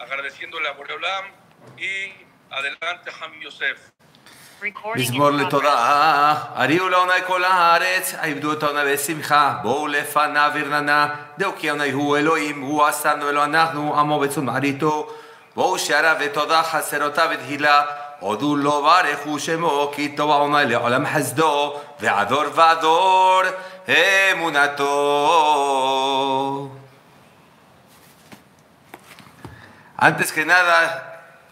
agradeciéndole a Boreolam y adelante Ham Yosef. מזמור לתודה, הריעו לעוני כל הארץ, עבדו אותנו בשמחה, בואו לפניו ורננה, דעו כי עוני הוא אלוהים, הוא עשנו ולא אנחנו, עמו בצאן מרעיתו, בואו שעריו ותודה חסרותיו ותהילה, הודו לו ברכו שמו, כי טוב עוני לעולם חסדו, ועדור ועדור אמונתו. Antes que nada,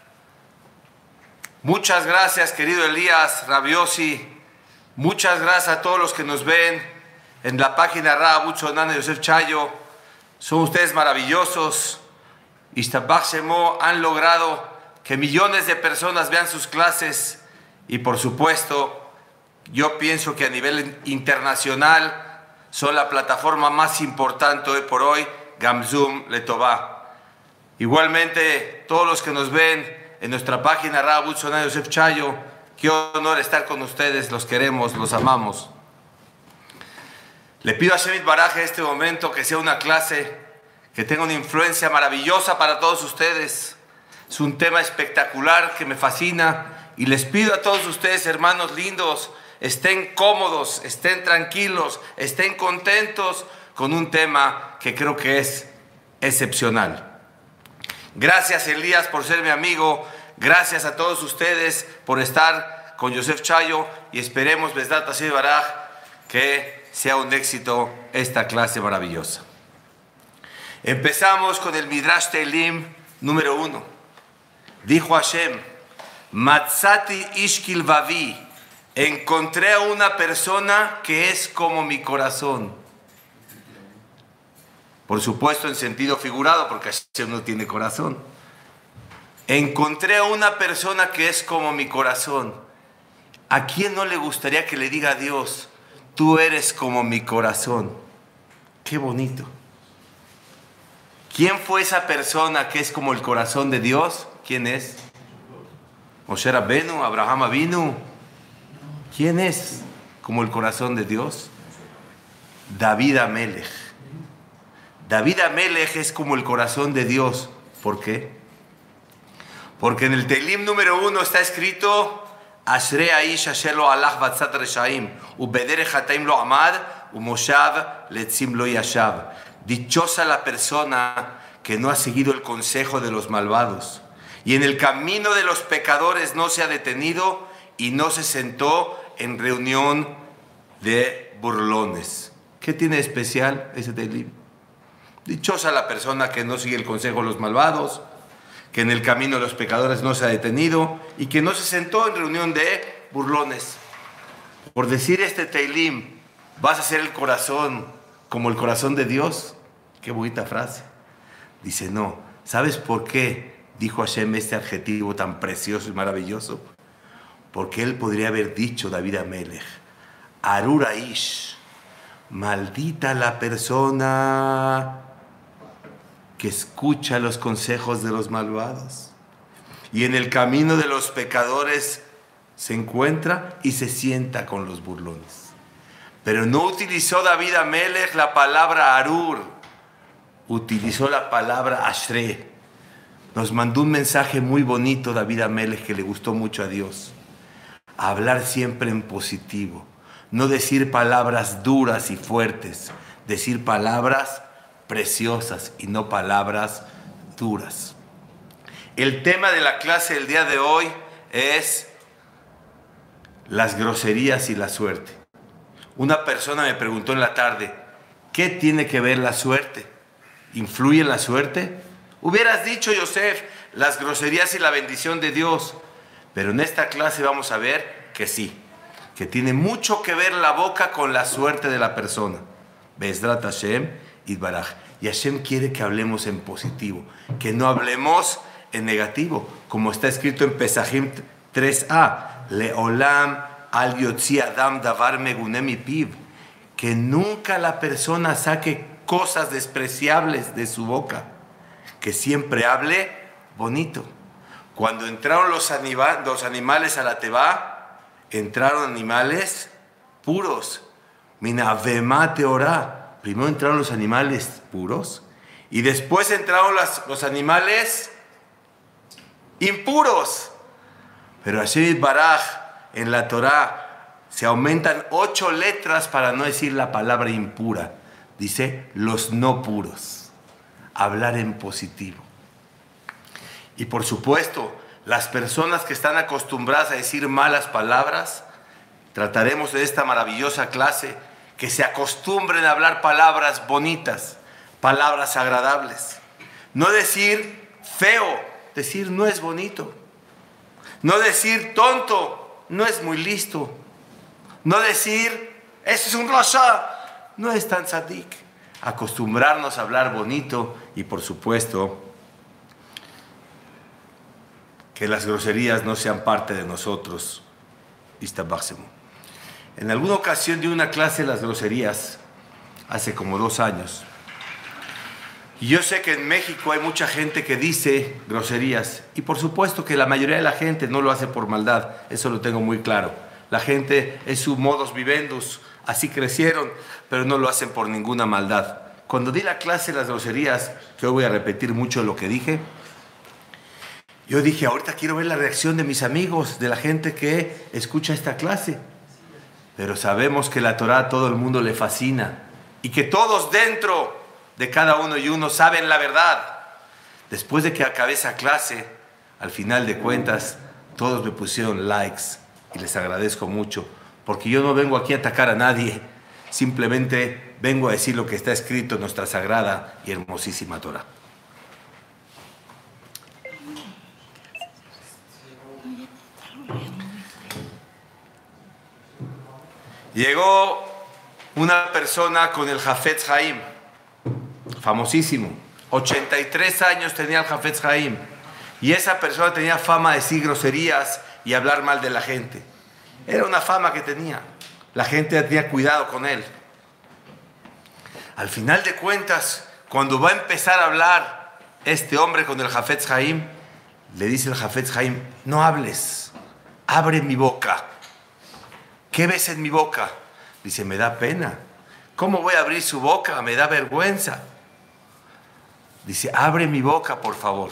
muchas gracias, querido Elías, Rabiosi. Muchas gracias a todos los que nos ven en la página Rabut Sonana Yosef Chayo. Son ustedes maravillosos. Ishtabach Shemo han logrado que millones de personas vean sus clases. Y por supuesto, yo pienso que a nivel internacional son la plataforma más importante hoy por hoy, Gamzum Letová. Igualmente, todos los que nos ven en nuestra página Rabut Sonana Yosef Chayo, qué honor estar con ustedes, los queremos, los amamos. Le pido a Shemit Baraj en este momento que sea una clase que tenga una influencia maravillosa para todos ustedes. Es un tema espectacular que me fascina y les pido a todos ustedes, hermanos lindos, estén cómodos, estén tranquilos, estén contentos con un tema que creo que es excepcional. Gracias, Elías, por ser mi amigo. Gracias a todos ustedes por estar con Yosef Chayo y esperemos, Besdat Hashem Baraj, que sea un éxito esta clase maravillosa. Empezamos con el Midrash Teilim número 1. Dijo Hashem: Matzati Ishkil Vavi, encontré a una persona que es como mi corazón. Por supuesto en sentido figurado, porque Hashem no tiene corazón. Encontré a una persona que es como mi corazón. ¿A quién no le gustaría que le diga a Dios: tú eres como mi corazón? Qué bonito. ¿Quién fue esa persona que es como el corazón de Dios? ¿Quién es? Moshe Rabbenu, Abraham Avinu. ¿Quién es como el corazón de Dios? David Amelech. David Amelech es como el corazón de Dios. ¿Por qué? Porque en el Teilim número 1 está escrito: Ashrei aish asher lo halach batzat reshaim, ubederech hataim lo amad, umoshav letzim lo yashav. Dichosa la persona que no ha seguido el consejo de los malvados, y en el camino de los pecadores no se ha detenido, y no se sentó en reunión de burlones. ¿Qué tiene de especial ese Teilim? Dichosa la persona que no sigue el consejo de los malvados, que en el camino de los pecadores no se ha detenido y que no se sentó en reunión de burlones. Por decir este Teilim, ¿vas a ser el corazón como el corazón de Dios? Qué bonita frase. Dice, no. ¿Sabes por qué dijo Hashem este adjetivo tan precioso y maravilloso? Porque él podría haber dicho, David Amelech: Arur Aish, maldita la persona que escucha los consejos de los malvados y en el camino de los pecadores se encuentra y se sienta con los burlones. Pero no utilizó David Amelech la palabra Arur, utilizó la palabra Ashrei. Nos mandó un mensaje muy bonito David Amelech, que le gustó mucho a Dios. Hablar siempre en positivo, no decir palabras duras y fuertes, decir palabras preciosas y no palabras duras. El tema de la clase del día de hoy es las groserías y la suerte. Una persona me preguntó en la tarde: ¿qué tiene que ver la suerte? ¿Influye en la suerte? Hubieras dicho, Yosef, las groserías y la bendición de Dios. Pero en esta clase vamos a ver que sí, que tiene mucho que ver la boca con la suerte de la persona. Bezrat Hashem Yitbaraj. Y Hashem quiere que hablemos en positivo, que no hablemos en negativo, como está escrito en Pesajim 3a: Leolam al yotzi adam davar megunem mipiv, que nunca la persona saque cosas despreciables de su boca, que siempre hable bonito. Cuando entraron los animales a la Teba, entraron animales puros. Mina vema teorá. Primero entraron los animales puros y después entraron los animales impuros. Pero Hashem Baraj en la Torah se aumentan 8 letras para no decir la palabra impura. Dice los no puros. Hablar en positivo. Y por supuesto, las personas que están acostumbradas a decir malas palabras, trataremos en esta maravillosa clase que se acostumbren a hablar palabras bonitas, palabras agradables. No decir feo, decir no es bonito. No decir tonto, no es muy listo. No decir, ese es un rasha, no es tan tzadik. Acostumbrarnos a hablar bonito y por supuesto que las groserías no sean parte de nosotros. En alguna ocasión di una clase de las groserías, hace como 2 años. Y yo sé que en México hay mucha gente que dice groserías. Y por supuesto que la mayoría de la gente no lo hace por maldad. Eso lo tengo muy claro. La gente es su modus vivendus. Así crecieron, pero no lo hacen por ninguna maldad. Cuando di la clase de las groserías, que hoy voy a repetir mucho lo que dije, yo dije, ahorita quiero ver la reacción de mis amigos, de la gente que escucha esta clase. Pero sabemos que la Torah a todo el mundo le fascina y que todos dentro de cada uno y uno saben la verdad. Después de que acabé esa clase, al final de cuentas, todos me pusieron likes y les agradezco mucho, porque yo no vengo aquí a atacar a nadie, simplemente vengo a decir lo que está escrito en nuestra sagrada y hermosísima Torah. Llegó una persona con el Hafetz Haim, famosísimo. 83 años tenía el Hafetz Haim. Y esa persona tenía fama de decir groserías y hablar mal de la gente. Era una fama que tenía. La gente tenía cuidado con él. Al final de cuentas, cuando va a empezar a hablar este hombre con el Hafetz Haim, le dice el Hafetz Haim, no hables, abre mi boca. ¿Qué ves en mi boca? Dice, me da pena. ¿Cómo voy a abrir su boca? Me da vergüenza. Dice, abre mi boca, por favor.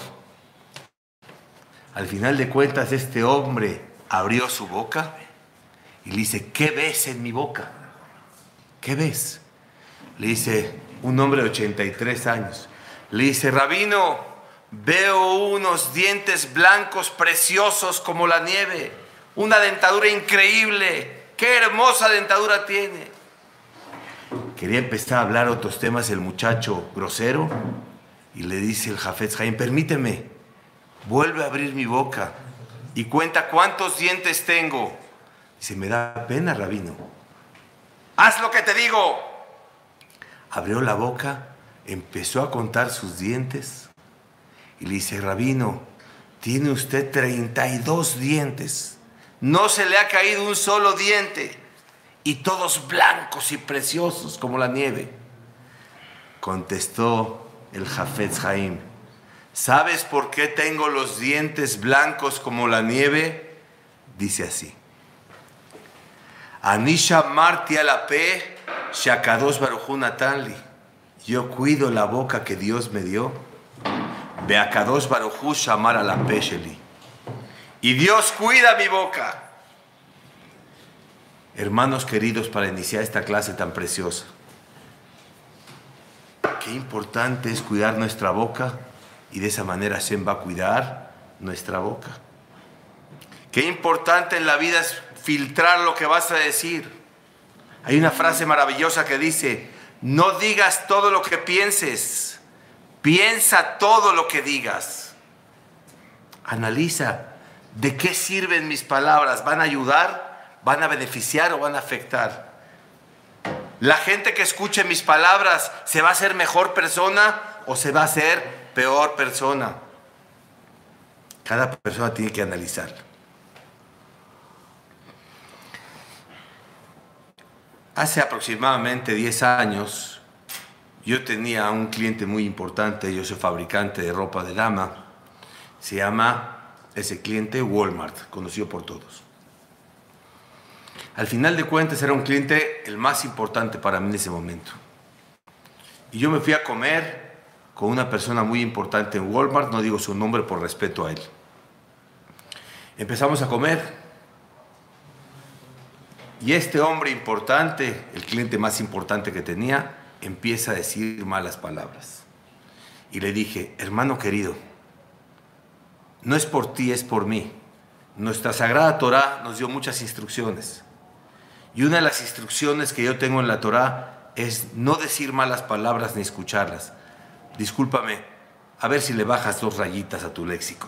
Al final de cuentas, este hombre abrió su boca y le dice, ¿qué ves en mi boca? ¿Qué ves? Le dice, un hombre de 83 años. Le dice, rabino, veo unos dientes blancos preciosos como la nieve. Una dentadura increíble. ¡Qué hermosa dentadura tiene! Quería empezar a hablar otros temas el muchacho grosero y le dice el Hafetz Haim, permíteme, vuelve a abrir mi boca y cuenta cuántos dientes tengo. Dice, me da pena, rabino. ¡Haz lo que te digo! Abrió la boca, empezó a contar sus dientes y le dice, rabino, tiene usted 32 dientes. No se le ha caído un solo diente y todos blancos y preciosos como la nieve. Contestó el Hafetz Haim, ¿sabes por qué tengo los dientes blancos como la nieve? Dice así, Anisha Marti Alape Shakadosh Baruj Hu Natanli. Yo cuido la boca que Dios me dio. Beakadosh Baruj Hu Shamar Alape Sheli. Y Dios cuida mi boca. Hermanos queridos, para iniciar esta clase tan preciosa, qué importante es cuidar nuestra boca y de esa manera Hashem va a cuidar nuestra boca. Qué importante en la vida es filtrar lo que vas a decir. Hay una frase maravillosa que dice, no digas todo lo que pienses, piensa todo lo que digas. Analiza. ¿De qué sirven mis palabras? ¿Van a ayudar? ¿Van a beneficiar o van a afectar? ¿La gente que escuche mis palabras se va a hacer mejor persona o se va a hacer peor persona? Cada persona tiene que analizarlo. Hace aproximadamente 10 años yo tenía un cliente muy importante. Yo soy fabricante de ropa de dama. Se llama ese cliente Walmart, conocido por todos. Al final de cuentas era un cliente el más importante para mí en ese momento. Y yo me fui a comer con una persona muy importante en Walmart, no digo su nombre por respeto a él. Empezamos a comer. Y este hombre importante, el cliente más importante que tenía, empieza a decir malas palabras. Y le dije, hermano querido, no es por ti, es por mí. Nuestra Sagrada Torá nos dio muchas instrucciones. Y una de las instrucciones que yo tengo en la Torá es no decir malas palabras ni escucharlas. Discúlpame, a ver si le bajas 2 rayitas a tu léxico.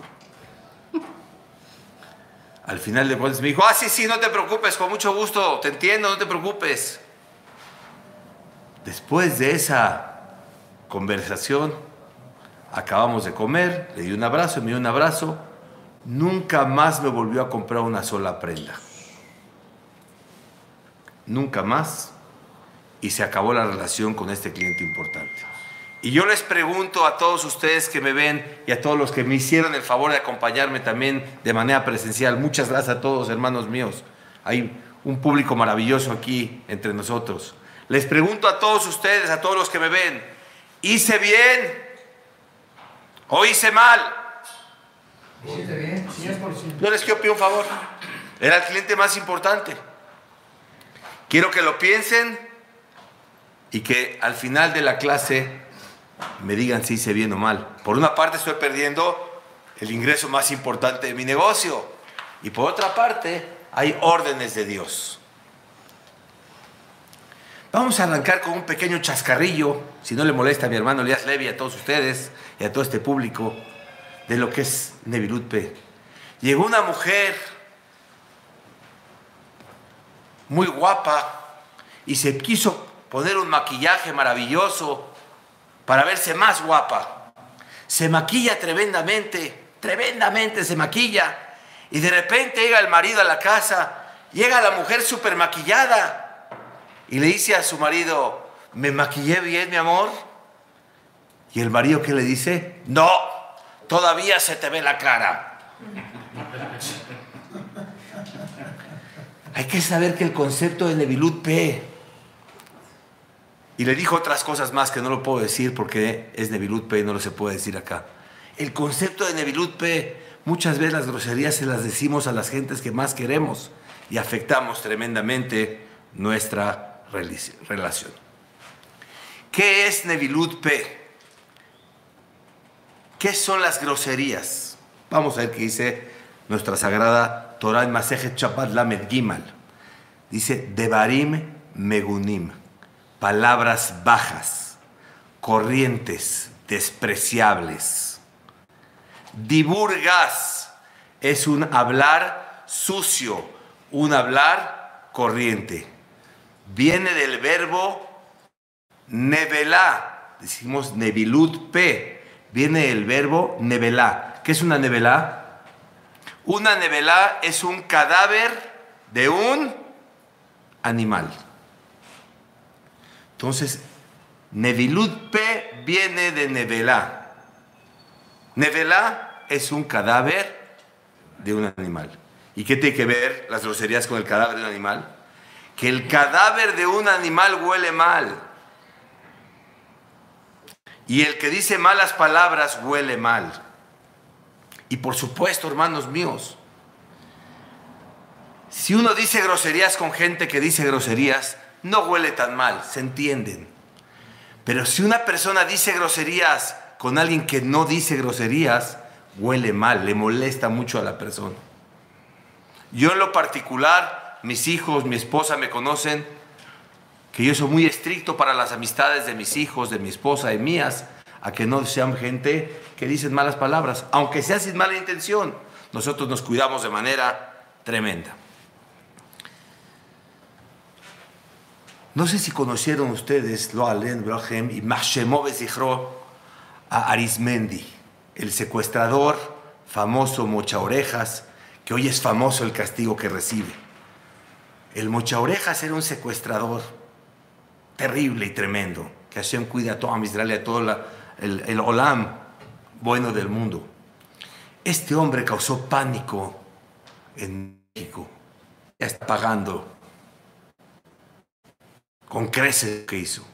Al final de cuentas me dijo, sí, no te preocupes, con mucho gusto, te entiendo, no te preocupes. Después de esa conversación, acabamos de comer, le di un abrazo, me dio un abrazo, nunca más me volvió a comprar una sola prenda. Nunca más, y se acabó la relación con este cliente importante. Y yo les pregunto a todos ustedes que me ven y a todos los que me hicieron el favor de acompañarme también de manera presencial, muchas gracias a todos, hermanos míos. Hay un público maravilloso aquí entre nosotros. Les pregunto a todos ustedes, a todos los que me ven, ¿hice bien o hice mal? ¿Hiciste bien? 100%. Yo les quiero pedir un favor. Era el cliente más importante. Quiero que lo piensen y que al final de la clase me digan si hice bien o mal. Por una parte estoy perdiendo el ingreso más importante de mi negocio y por otra parte hay órdenes de Dios. Vamos a arrancar con un pequeño chascarrillo, si no le molesta a mi hermano Elías Levi, a todos ustedes y a todo este público, de lo que es Nevilut P. Llegó una mujer muy guapa y se quiso poner un maquillaje maravilloso para verse más guapa. Se maquilla tremendamente se maquilla. Y de repente llega el marido a la casa, llega la mujer súper maquillada y le dice a su marido, ¿me maquillé bien, mi amor? Y el marido, ¿qué le dice? No, todavía se te ve la cara. Hay que saber que el concepto de Nevilut P, y le dijo otras cosas más que no lo puedo decir porque es Nevilut P y no lo se puede decir acá. El concepto de Nevilut P, muchas veces las groserías se las decimos a las gentes que más queremos y afectamos tremendamente nuestra relación. ¿Qué es Nevilut P? ¿Qué son las groserías? Vamos a ver qué dice nuestra sagrada Torah en Masejet Shabbat Lamed Gimal. Dice, Devarim Megunim. Palabras bajas, corrientes, despreciables. Dibur gas es un hablar sucio, un hablar corriente. Viene del verbo nevelá, decimos Nevilut P, viene del verbo nevelá. ¿Qué es una nevelá? Una nevelá es un cadáver de un animal. Entonces, Nevilut P viene de nevelá. Nevelá es un cadáver de un animal. ¿Y qué tiene que ver las groserías con el cadáver de un animal? Que el cadáver de un animal huele mal. Y el que dice malas palabras huele mal. Y por supuesto, hermanos míos, si uno dice groserías con gente que dice groserías, no huele tan mal, se entienden. Pero si una persona dice groserías con alguien que no dice groserías, huele mal, le molesta mucho a la persona. Yo en lo particular, mis hijos, mi esposa me conocen, que yo soy muy estricto para las amistades de mis hijos, de mi esposa y mías, a que no sean gente que dicen malas palabras, aunque sea sin mala intención. Nosotros nos cuidamos de manera tremenda. No sé si conocieron ustedes, Lo Alem Brahem y Mashemó Bezichro, a Arismendi, el secuestrador famoso Mocha Orejas, que hoy es famoso el castigo que recibe. El Mocha Orejas era un secuestrador terrible y tremendo, que Hashem cuida a todo Israel y a todo el Olam bueno del mundo. Este hombre causó pánico en México. Ya está pagando con creces que hizo.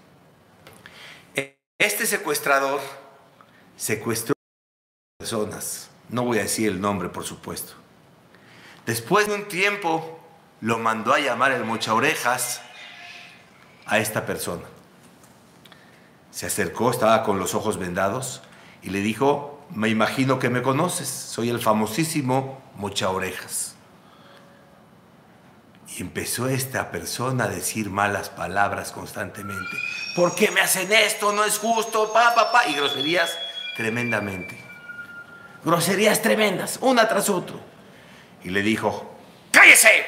Este secuestrador secuestró personas, no voy a decir el nombre por supuesto, Después de un tiempo, lo mandó a llamar el mochaorejas a esta persona. Se acercó, estaba con los ojos vendados y le dijo: me imagino que me conoces, soy el famosísimo mochaorejas. Y empezó esta persona a decir malas palabras constantemente. ¿Por qué me hacen esto? No es justo, y groserías tremendamente. Groserías tremendas, una tras otra. Y le dijo: ¡cállese!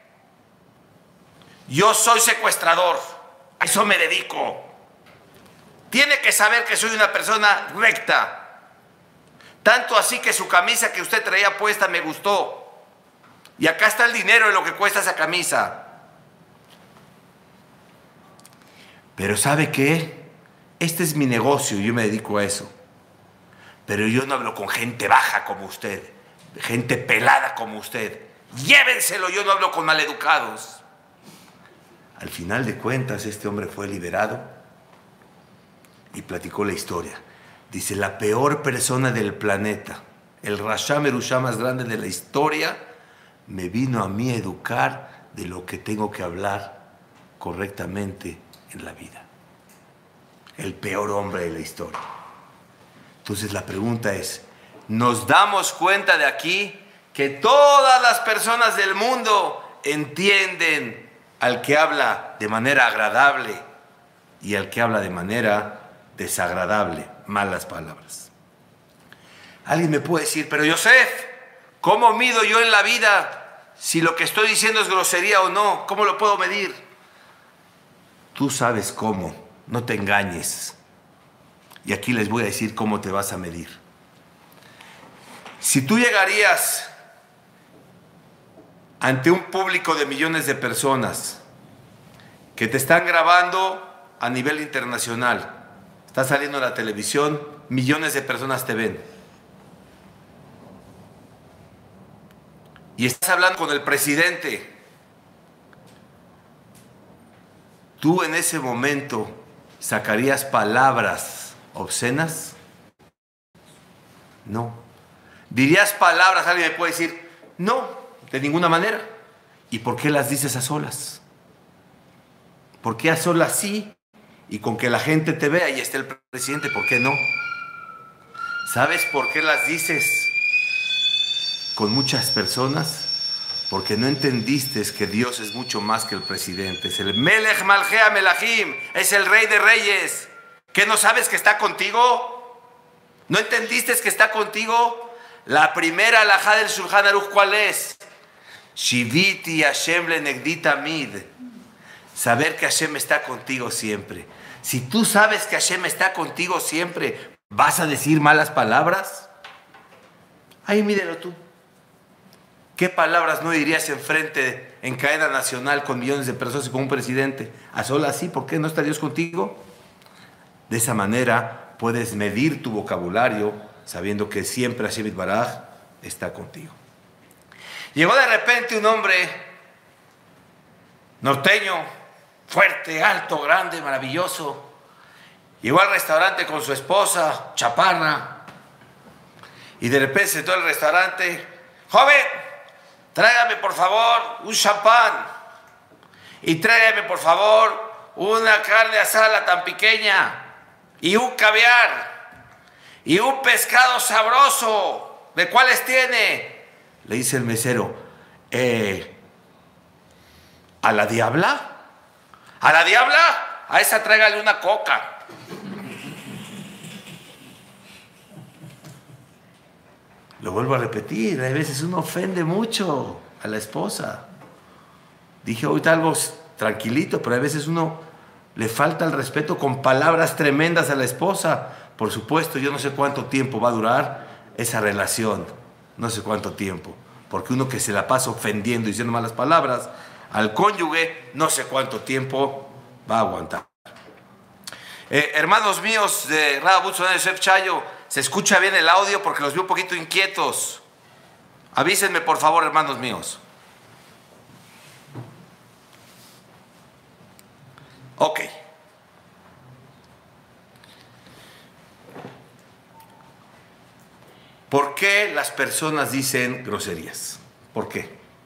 Yo soy secuestrador, a eso me dedico. Tiene que saber que soy una persona recta. Tanto así que su camisa que usted traía puesta me gustó. Y acá está el dinero de lo que cuesta esa camisa. Pero ¿sabe qué? Este es mi negocio, yo me dedico a eso. Pero yo no hablo con gente baja como usted, gente pelada como usted. Llévenselo, yo no hablo con maleducados. Al final de cuentas, este hombre fue liberado y platicó la historia. Dice: la peor persona del planeta, el Rasha Merushá más grande de la historia, me vino a mí a educar de lo que tengo que hablar correctamente en la vida. El peor hombre de la historia. Entonces la pregunta es, ¿nos damos cuenta de aquí que todas las personas del mundo entienden al que habla de manera agradable y al que habla de manera desagradable, malas palabras? Alguien me puede decir: pero Yosef, ¿cómo mido yo en la vida si lo que estoy diciendo es grosería o no? ¿Cómo lo puedo medir? Tú sabes cómo, no te engañes. Y aquí les voy a decir cómo te vas a medir. Si tú llegarías ante un público de millones de personas que te están grabando a nivel internacional, estás saliendo en la televisión, millones de personas te ven, y estás hablando con el presidente, ¿tú en ese momento sacarías palabras obscenas? No. ¿Dirías palabras? Alguien me puede decir: no, de ninguna manera. ¿Y por qué las dices a solas? ¿Por qué a solas sí? Y con que la gente te vea y esté el presidente, ¿por qué no? ¿Sabes por qué las dices con muchas personas? Porque no entendiste que Dios es mucho más que el presidente. Es el Melech Malchea Melachim, es el rey de reyes. ¿Qué no sabes que está contigo? ¿No entendiste que está contigo? La primera alajá del Shulchan Aruch, ¿cuál es? Shiviti Hashem lenegdi tamid. Saber que Hashem está contigo siempre. Si tú sabes que Hashem está contigo siempre, ¿vas a decir malas palabras? Ahí mídelo tú. ¿Qué palabras no dirías enfrente, en cadena nacional, con millones de personas y con un presidente? A solas sí, ¿por qué no está Dios contigo? De esa manera puedes medir tu vocabulario sabiendo que siempre Hashem Yitbaraj está contigo. Llegó de repente un hombre norteño, fuerte, alto, grande, maravilloso. Llegó al restaurante con su esposa, chaparra, y de repente se sentó en el restaurante: joven, tráigame por favor un champán y tráigame por favor una carne asada tan pequeña y un caviar y un pescado sabroso. ¿De cuáles tiene? Le dice el mesero: ¿a la diabla? ¿A la diabla? A esa tráigale una coca. Lo vuelvo a repetir, a veces uno ofende mucho a la esposa. Dije ahorita algo tranquilito, pero a veces uno le falta el respeto con palabras tremendas a la esposa. Por supuesto, yo no sé cuánto tiempo va a durar esa relación, no sé cuánto tiempo, porque uno que se la pasa ofendiendo y diciendo malas palabras al cónyuge, no sé cuánto tiempo va a aguantar. Hermanos míos de Rabut Soné de Chef Chayo, ¿se escucha bien el audio? Porque los veo un poquito inquietos. Avísenme por favor, hermanos míos. Ok. ¿Por qué las personas dicen groserías? ¿Por qué?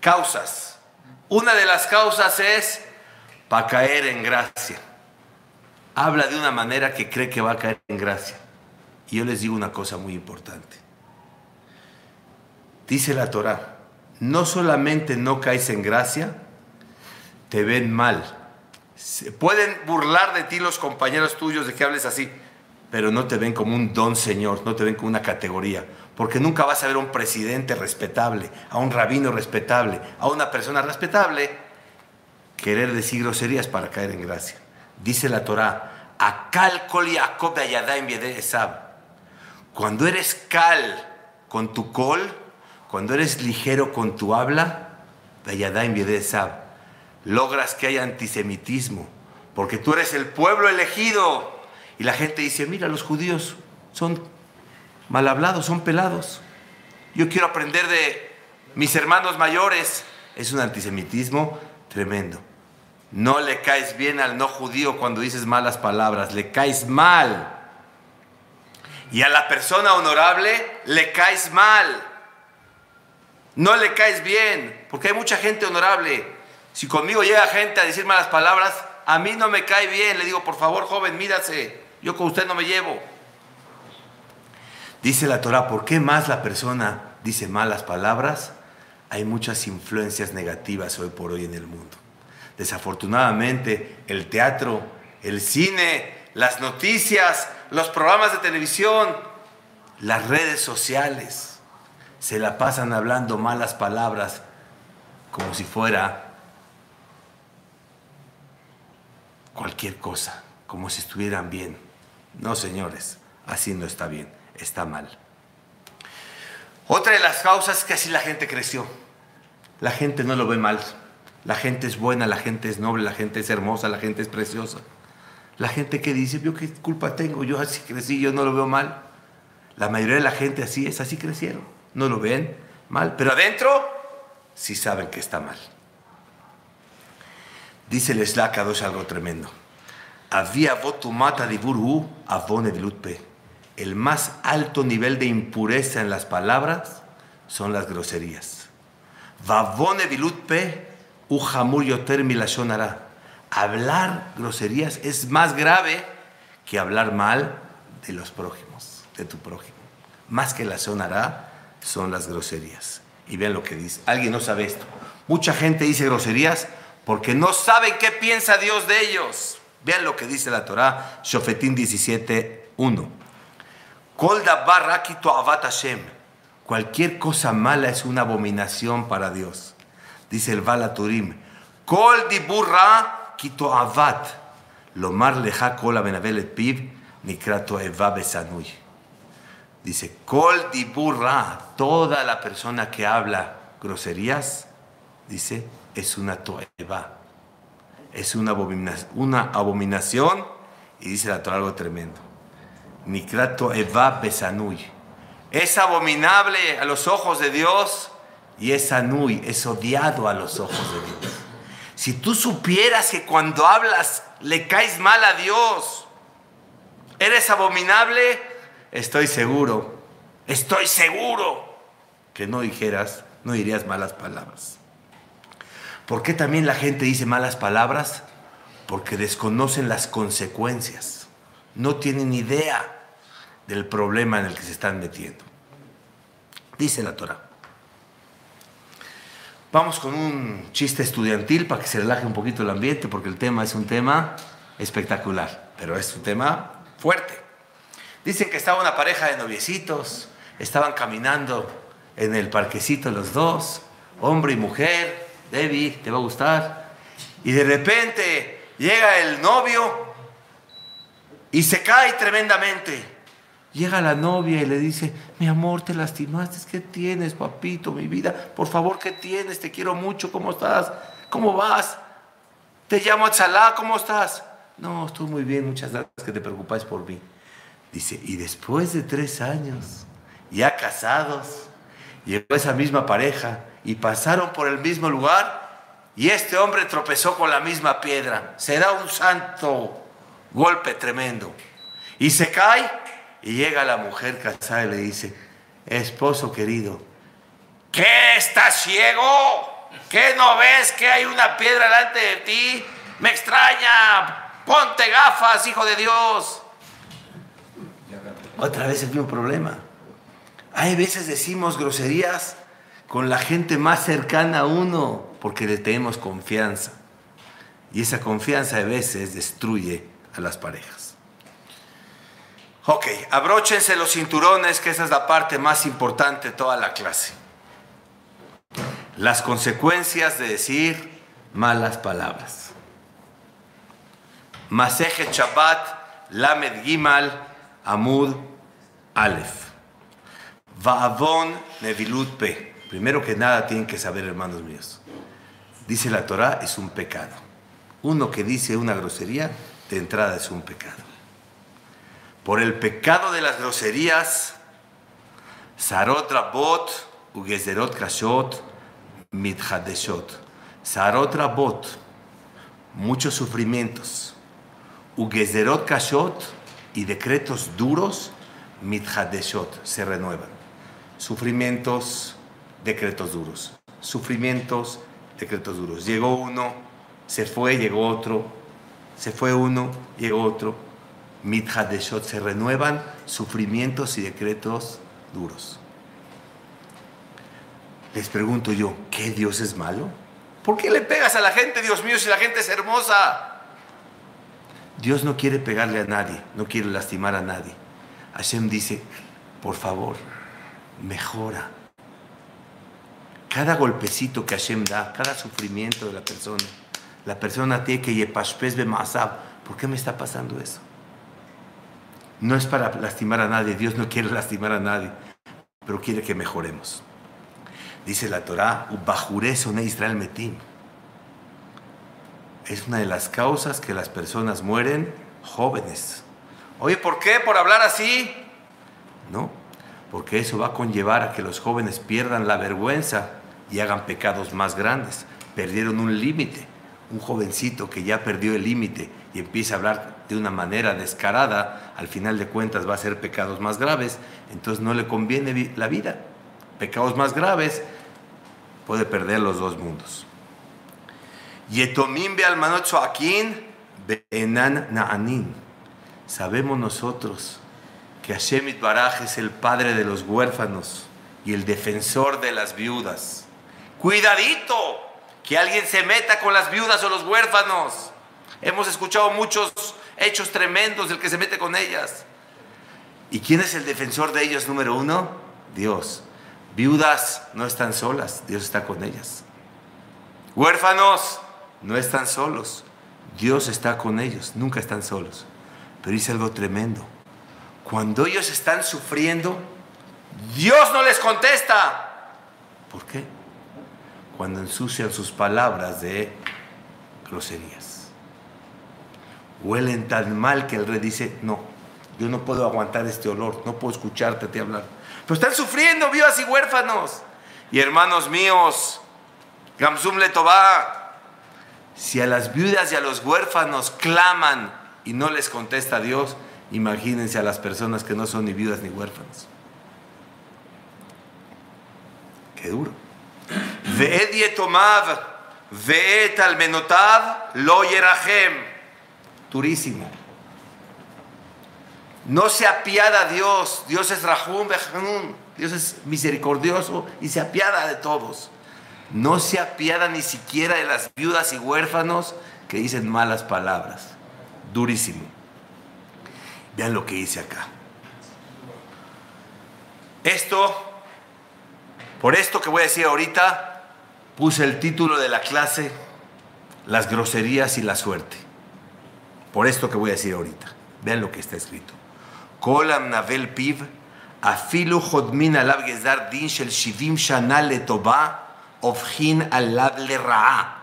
causas. Una de las causas es para caer en gracia. Habla de una manera que cree que va a caer en gracia. Y yo les digo una cosa muy importante. Dice la Torá, no solamente no caes en gracia, te ven mal. Se pueden burlar de ti los compañeros tuyos de que hables así, pero no te ven como un don señor, no te ven como una categoría. Porque nunca vas a ver a un presidente respetable, a un rabino respetable, a una persona respetable, querer decir groserías para caer en gracia. Dice la Torá, Akal kol Yaakov be'yadayim yedei Esav. Cuando eres cal con tu col, cuando eres ligero con tu habla, be'yadayim yedei Esav, logras que haya antisemitismo, porque tú eres el pueblo elegido. Y la gente dice, mira, los judíos son mal hablados, son pelados. Yo quiero aprender de mis hermanos mayores. Es un antisemitismo tremendo. No le caes bien al no judío cuando dices malas palabras, le caes mal. Y a la persona honorable le caes mal. No le caes bien, porque hay mucha gente honorable. Si conmigo llega gente a decir malas palabras, a mí no me cae bien. Le digo, por favor, joven, mírase, yo con usted no me llevo. Dice la Torá, ¿por qué más la persona dice malas palabras? Hay muchas influencias negativas hoy por hoy en el mundo. Desafortunadamente, el teatro, el cine, las noticias, los programas de televisión, las redes sociales, se la pasan hablando malas palabras como si fuera cualquier cosa, como si estuvieran bien. No, señores, así no está bien, está mal. Otra de las causas es que así la gente creció. La gente no lo ve mal. La gente es buena, la gente es noble, la gente es hermosa, la gente es preciosa. La gente que dice, yo qué culpa tengo, yo así crecí, yo no lo veo mal. La mayoría de la gente así es, así crecieron. No lo ven mal, pero adentro sí saben que está mal. Dice el Shla Kadosh algo tremendo. Había votumata diburu avone vilutpe. El más alto nivel de impureza en las palabras son las groserías. Vavone vilutpe Ujamur yoter milashon hara. Hablar groserías es más grave que hablar mal de los prójimos, de tu prójimo. Más que la lashon hara son las groserías. Y vean lo que dice. Alguien no sabe esto. Mucha gente dice groserías porque no saben qué piensa Dios de ellos. Vean lo que dice la Torá, Shofetim 17:1. Kol davar raki to'avat Hashem. Cualquier cosa mala es una abominación para Dios. Dice el Baal HaTurim, Kol dibur ra ki to'avat, lomar leja kol abenavel et piv, nikra to'eva besanui. Dice, Kol dibur ra, toda la persona que habla groserías, dice, es una to'eva, es una abominación, y dice la Torah algo tremendo. Nikra to'eva besanui. Es abominable a los ojos de Dios, y es anui, es odiado a los ojos de Dios. Si tú supieras que cuando hablas le caes mal a Dios, eres abominable, estoy seguro que no dirías malas palabras. ¿Por qué también la gente dice malas palabras? Porque desconocen las consecuencias. No tienen idea del problema en el que se están metiendo. Dice la Torá. Vamos con un chiste estudiantil para que se relaje un poquito el ambiente, porque el tema es un tema espectacular, pero es un tema fuerte. Dicen que estaba una pareja de noviecitos, estaban caminando en el parquecito los dos, hombre y mujer. Debbie, te va a gustar. Y de repente llega el novio y se cae tremendamente. Llega la novia y le dice, mi amor, te lastimaste, ¿qué tienes, papito, mi vida? Por favor, ¿qué tienes? Te quiero mucho, ¿cómo estás? ¿Cómo vas? Te llamo a Tzalá, ¿cómo estás? No, estoy muy bien, muchas gracias que te preocupáis por mí. Dice, y después de 3 años, ya casados, llegó esa misma pareja y pasaron por el mismo lugar y este hombre tropezó con la misma piedra. Se da un santo golpe tremendo y se cae. Y llega la mujer casada y le dice, esposo querido, ¿qué estás ciego? ¿Qué no ves que hay una piedra delante de ti? Me extraña. Ponte gafas, hijo de Dios. Otra vez el mismo problema. Hay veces decimos groserías con la gente más cercana a uno porque le tenemos confianza. Y esa confianza a veces destruye a las parejas. Ok, abróchense los cinturones, que esa es la parte más importante de toda la clase. Las consecuencias de decir malas palabras. Masejet Shabbat, Lamed Gimal, Amud Aleph. Va'avon Nevilut Pe. Primero que nada tienen que saber, hermanos míos. Dice la Torá, es un pecado. Uno que dice una grosería, de entrada es un pecado. Por el pecado de las groserías, Sarot Rabot, Ugezerot Kashot, Mithadeshot. Sarot Rabot, muchos sufrimientos. Ugezerot Kashot, y decretos duros, Mithadeshot, se renuevan. Sufrimientos, decretos duros. Sufrimientos, decretos duros. Llegó uno, se fue, llegó otro. Se fue uno, llegó otro. Mithadeshot, se renuevan sufrimientos y decretos duros. Les pregunto yo, ¿qué Dios es malo? ¿Por qué le pegas a la gente, Dios mío, si la gente es hermosa? Dios no quiere pegarle a nadie, no quiere lastimar a nadie. Hashem dice, por favor, mejora. Cada golpecito que Hashem da, cada sufrimiento de la persona tiene que yepashpes b'ma'asav. ¿Por qué me está pasando eso? No es para lastimar a nadie, Dios no quiere lastimar a nadie, pero quiere que mejoremos. Dice la Torá, Ubajuré soné Israel metim. Es una de las causas que las personas mueren jóvenes. Oye, ¿por qué? ¿Por hablar así? No, porque eso va a conllevar a que los jóvenes pierdan la vergüenza y hagan pecados más grandes. Perdieron un límite. Un jovencito que ya perdió el límite y empieza a hablar de una manera descarada, al final de cuentas va a hacer pecados más graves, entonces no le conviene la vida. Pecados más graves, puede perder los dos mundos. Yetomim be'almanot shoakin be'enan na'anin. Sabemos nosotros que Hashem Yitbaraj es el padre de los huérfanos y el defensor de las viudas. ¡Cuidadito! Que alguien se meta con las viudas o los huérfanos. Hemos escuchado muchos hechos tremendos del que se mete con ellas. ¿Y quién es el defensor de ellos número uno? Dios. Viudas no están solas, Dios está con ellas. Huérfanos no están solos, Dios está con ellos, nunca están solos. Pero dice algo tremendo. Cuando ellos están sufriendo, Dios no les contesta. ¿Por qué? Cuando ensucian sus palabras de groserías. Huelen tan mal que el rey dice, no, yo no puedo aguantar este olor, no puedo escucharte a ti hablar. Pero están sufriendo viudas y huérfanos. Y hermanos míos, Gamsum Letová, si a las viudas y a los huérfanos claman y no les contesta Dios, imagínense a las personas que no son ni viudas ni huérfanos. Qué duro. Ve'ed yetomav, ve'et almenotav, lo yerahem. Durísimo. No se apiada Dios. Dios es Rahum Behanun. Dios es misericordioso y se apiada de todos. No se apiada ni siquiera de las viudas y huérfanos que dicen malas palabras. Durísimo. Vean lo que dice acá. Por esto que voy a decir ahorita, puse el título de la clase, las groserías y la suerte. Por esto que voy a decir ahorita. Vean lo que está escrito. Kolam navel piv, afilu chodmin alav gezar din shel shivim shana letová, ofjin alav leraá.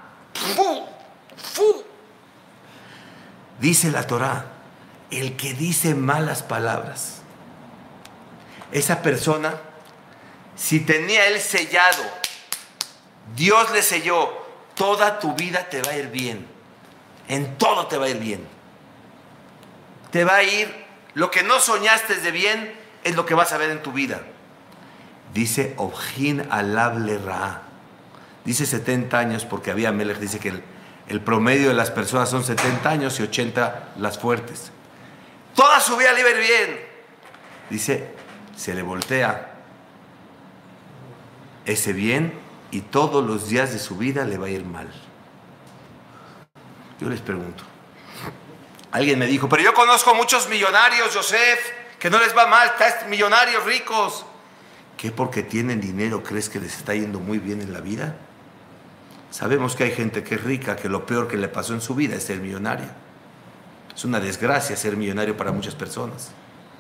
Dice la Torá, el que dice malas palabras, esa persona, si tenía él sellado, Dios le selló, toda tu vida te va a ir bien, en todo te va a ir bien, te va a ir, lo que no soñaste de bien es lo que vas a ver en tu vida. Dice Ofjin alab le ra, Dice 70 años porque Abimelech dice que el promedio de las personas son 70 años y 80 las fuertes. Toda su vida le iba a ir bien. Dice, se le voltea ese bien y todos los días de su vida le va a ir mal. Yo les pregunto, alguien me dijo, pero yo conozco muchos millonarios, Yosef, que no les va mal, millonarios ricos. ¿Qué porque tienen dinero crees que les está yendo muy bien en la vida? Sabemos que hay gente que es rica, que lo peor que le pasó en su vida es ser millonario. Es una desgracia ser millonario para muchas personas.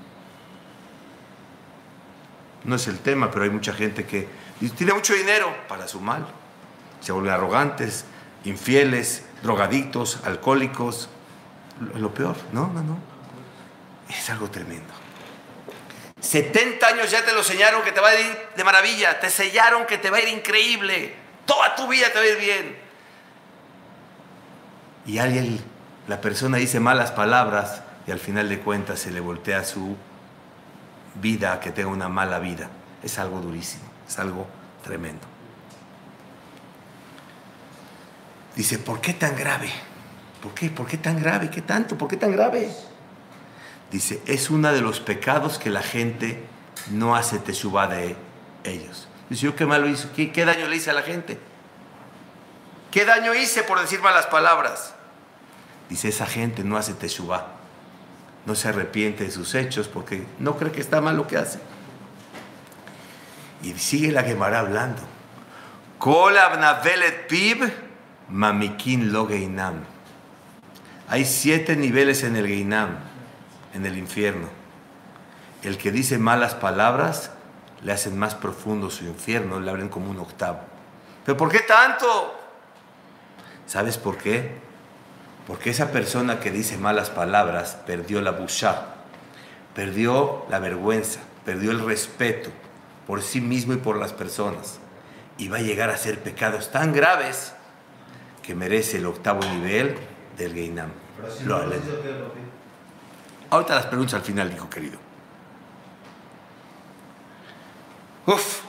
No es el tema, pero hay mucha gente que tiene mucho dinero para su mal. Se vuelven arrogantes, infieles, drogadictos, alcohólicos. Lo peor, no. Es algo tremendo. 70 años ya te lo sellaron que te va a ir de maravilla. Te sellaron que te va a ir increíble. Toda tu vida te va a ir bien. Y alguien, la persona dice malas palabras y al final de cuentas se le voltea su vida a que tenga una mala vida. Es algo durísimo, es algo tremendo. Dice, ¿por qué tan grave? ¿Por qué? ¿Por qué tan grave? ¿Qué tanto? ¿Por qué tan grave? Dice, es uno de los pecados que la gente no hace teshuvá de ellos. Dice, ¿yo qué malo hice? ¿Qué daño le hice a la gente? ¿Qué daño hice por decir malas palabras? Dice, esa gente no hace teshuvá. No se arrepiente de sus hechos porque no cree que está mal lo que hace. Y sigue la Gemara hablando. Kol abnavelet pib mamikin lo geinam. Hay 7 niveles en el Geinam, en el infierno. El que dice malas palabras le hacen más profundo su infierno, le abren como un octavo. ¿Pero por qué tanto? ¿Sabes por qué? Porque esa persona que dice malas palabras perdió la bushá, perdió la vergüenza, perdió el respeto por sí mismo y por las personas. Y va a llegar a hacer pecados tan graves que merece el octavo nivel del Geinam. Ahorita las preguntas al final, hijo querido. Uf.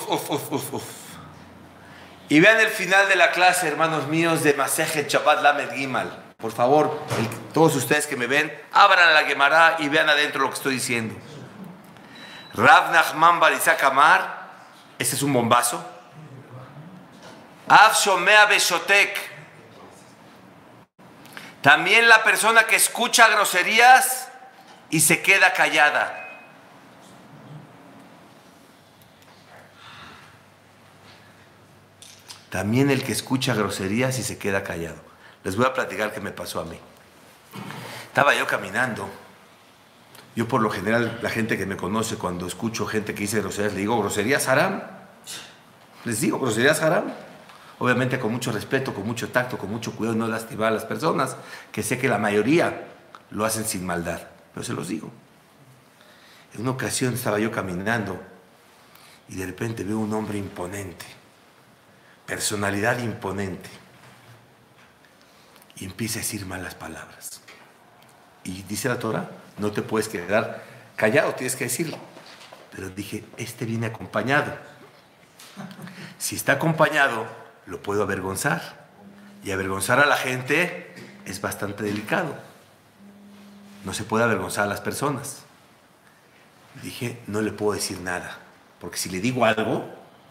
Y vean el final de la clase, hermanos míos, de Masejet Shabbat Lamed Gimal. Por favor, todos ustedes que me ven, abran la Gemara y vean adentro lo que estoy diciendo. Rav Nachman bar Isaac Amar, este es un bombazo. Av Shomea Beshotek. También la persona que escucha groserías y se queda callada. También el que escucha groserías y se queda callado. Les voy a platicar qué me pasó a mí. Estaba yo caminando. Yo por lo general, la gente que me conoce, cuando escucho gente que dice groserías, le digo, ¿groserías haram? Les digo, ¿groserías haram? Obviamente con mucho respeto, con mucho tacto, con mucho cuidado, no lastimar a las personas, que sé que la mayoría lo hacen sin maldad, pero se los digo. En una ocasión estaba yo caminando y de repente veo un hombre imponente, personalidad imponente, y empieza a decir malas palabras. Y dice la Torah, no te puedes quedar callado, tienes que decirlo. Pero dije, este viene acompañado. Si está acompañado, lo puedo avergonzar. Y avergonzar a la gente es bastante delicado. No se puede avergonzar a las personas. Dije, no le puedo decir nada, porque si le digo algo,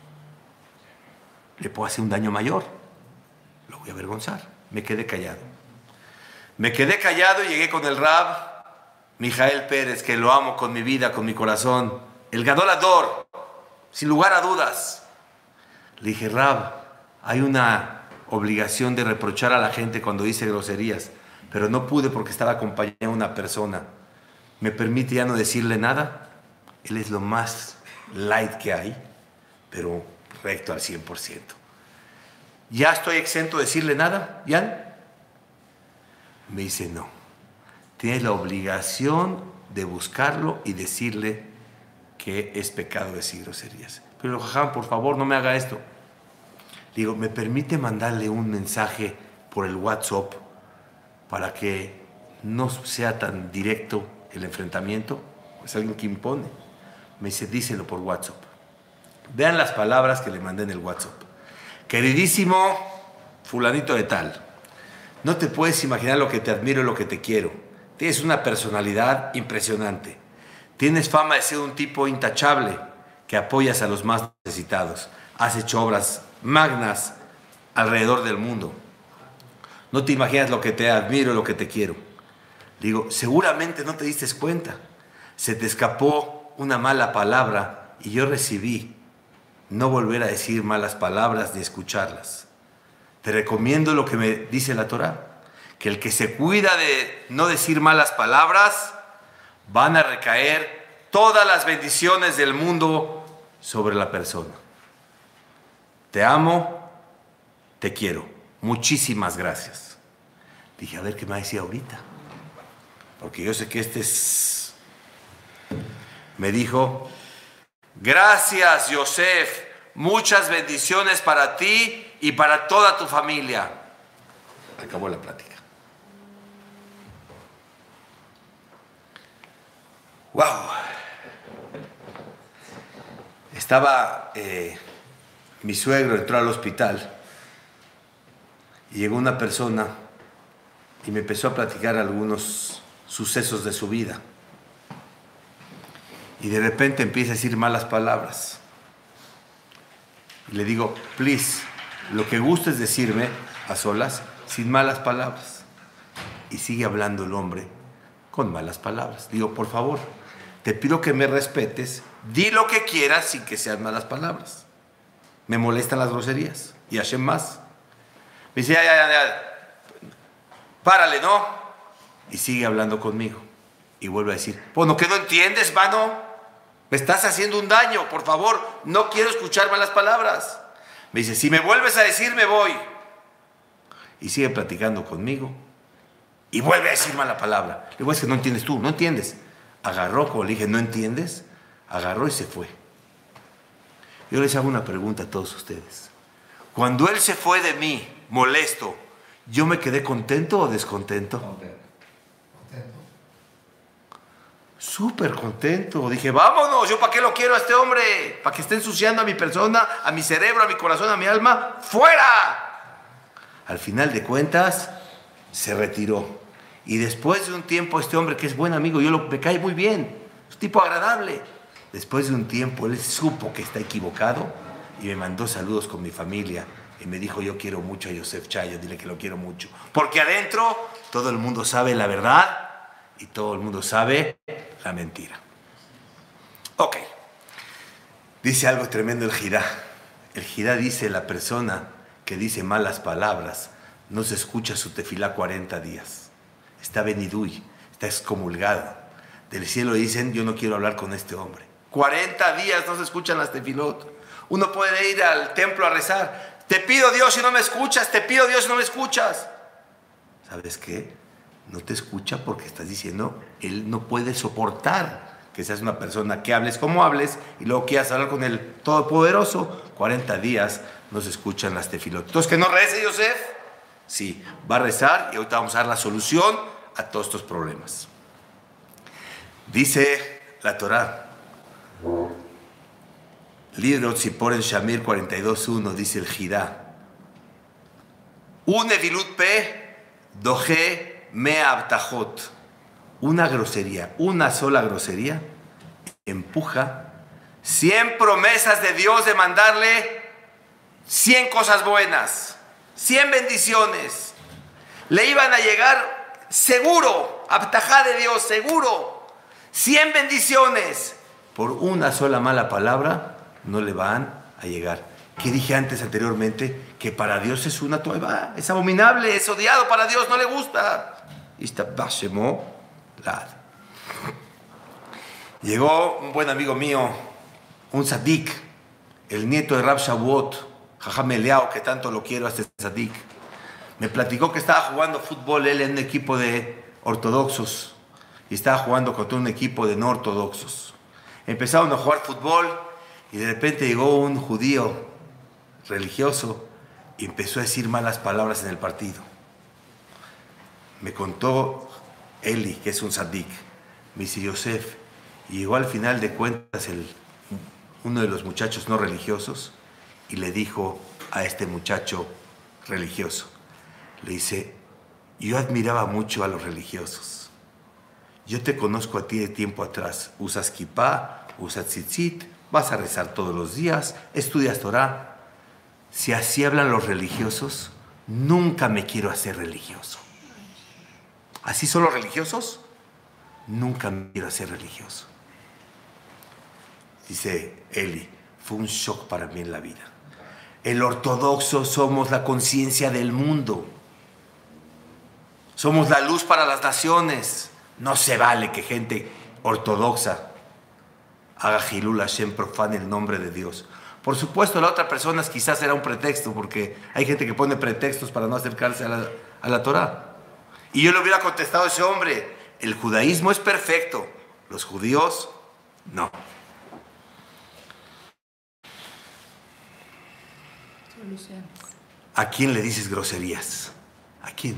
le puedo hacer un daño mayor. Lo voy a avergonzar. Me quedé callado. Me quedé callado y llegué con el Rab Mijael Pérez, que lo amo con mi vida, con mi corazón. El Gadol Hador, sin lugar a dudas. Le dije, Rab, hay una obligación de reprochar a la gente cuando dice groserías, pero no pude porque estaba acompañado de una persona. ¿Me permite ya no decirle nada? Él es lo más light que hay, pero recto al 100%. ¿Ya estoy exento de decirle nada, Jan? Me dice, no. Tienes la obligación de buscarlo y decirle que es pecado decir groserías. Pero Jajam, por favor, no me haga esto. Digo, ¿me permite mandarle un mensaje por el WhatsApp para que no sea tan directo el enfrentamiento? Es alguien que impone. Me dice, díselo por WhatsApp. Vean las palabras que le mandé en el WhatsApp. queridísimo fulanito de tal, no te puedes imaginar lo que te admiro y lo que te quiero. Tienes una personalidad impresionante. Tienes fama de ser un tipo intachable que apoyas a los más necesitados. Has hecho obras magnas alrededor del mundo. No te imaginas lo que te admiro y lo que te quiero. Digo, seguramente no te diste cuenta. Se te escapó una mala palabra y yo recibí no volver a decir malas palabras ni escucharlas. Te recomiendo lo que me dice la Torá, que el que se cuida de no decir malas palabras, van a recaer todas las bendiciones del mundo sobre la persona. Te amo, te quiero. Muchísimas gracias. Dije, a ver qué me decía ahorita. Porque yo sé que este es... Me dijo, gracias, Yosef. Muchas bendiciones para ti y para toda tu familia. Acabó la plática. ¡Wow! Estaba... mi suegro entró al hospital y llegó una persona y me empezó a platicar algunos sucesos de su vida. Y de repente empieza a decir malas palabras. Y le digo, please, lo que gustes decirme a solas, sin malas palabras. Y sigue hablando el hombre con malas palabras. Digo, por favor, te pido que me respetes, di lo que quieras sin que sean malas palabras. Me molestan las groserías. Y Hashem más. Me dice, ya. Párale, ¿no? Y sigue hablando conmigo. Y vuelve a decir, bueno, ¿que no entiendes, mano? Me estás haciendo un daño, por favor. No quiero escuchar malas palabras. Me dice, si me vuelves a decir, me voy. Y sigue platicando conmigo. Y vuelve a decir mala palabra. Le digo, es que no entiendes tú, no entiendes. Agarró, como le dije, ¿no entiendes? Agarró y se fue. Yo les hago una pregunta a todos ustedes. Cuando él se fue de mí, molesto, ¿yo me quedé contento o descontento? Contento. Súper contento. Dije, vámonos, ¿yo para qué lo quiero a este hombre? ¿Para que esté ensuciando a mi persona, a mi cerebro, a mi corazón, a mi alma? ¡Fuera! Al final de cuentas, se retiró. Y después de un tiempo, este hombre, que es buen amigo, me cae muy bien, es un tipo agradable. Después de un tiempo, él supo que está equivocado y me mandó saludos con mi familia. Y me dijo, yo quiero mucho a Yosef Chayo, dile que lo quiero mucho. Porque adentro todo el mundo sabe la verdad y todo el mundo sabe la mentira. Ok. Dice algo tremendo el Jirá. El Jirá dice, la persona que dice malas palabras no se escucha su tefilá 40 días. Está benidui, está excomulgado. Del cielo dicen, yo no quiero hablar con este hombre. 40 días no se escuchan las tefilot. Uno puede ir al templo a rezar. Te pido Dios y no me escuchas, te pido Dios y no me escuchas. ¿Sabes qué? No te escucha porque estás diciendo, él no puede soportar que seas una persona que hables como hables y luego quieras hablar con el Todopoderoso. 40 días no se escuchan las tefilot. Entonces, ¿que no rece, Yosef? Sí, va a rezar y ahorita vamos a dar la solución a todos estos problemas. Dice la Torá, libro Tzipor en Shamir 42.1, dice el Jirá, un evilut pe doje mea abtajot, una grosería, una sola grosería, empuja 100 promesas de Dios de mandarle 100 cosas buenas, 100 bendiciones. Le iban a llegar seguro, abtajá de Dios, seguro, 100 bendiciones. Por una sola mala palabra no le van a llegar. ¿Qué dije anteriormente? Que para Dios es una toeba, es abominable, es odiado para Dios, no le gusta. Llegó un buen amigo mío, un tzadik, el nieto de Rab Shavuot, Jajam Eliao, que tanto lo quiero a este tzadik. Me platicó que estaba jugando fútbol él en un equipo de ortodoxos y estaba jugando contra un equipo de no ortodoxos. Empezaron a jugar fútbol y de repente llegó un judío religioso y empezó a decir malas palabras en el partido. Me contó Eli, que es un tzadik, me dice Yosef, y llegó al final de cuentas uno de los muchachos no religiosos y le dijo a este muchacho religioso. Le dice, yo admiraba mucho a los religiosos. Yo te conozco a ti de tiempo atrás. Usas kipá, usas tzitzit, vas a rezar todos los días, estudias Torah. Si así hablan los religiosos, nunca me quiero hacer religioso. ¿Así son los religiosos? Nunca me quiero hacer religioso. Dice Eli, fue un shock para mí en la vida. El ortodoxo somos la conciencia del mundo. Somos la luz para las naciones. No se vale que gente ortodoxa haga Hilul Hashem, profane el nombre de Dios. Por supuesto, la otra persona quizás era un pretexto, porque hay gente que pone pretextos para no acercarse a la Torah. Y yo le hubiera contestado a ese hombre, el judaísmo es perfecto, los judíos no. ¿A quién le dices groserías? ¿A quién?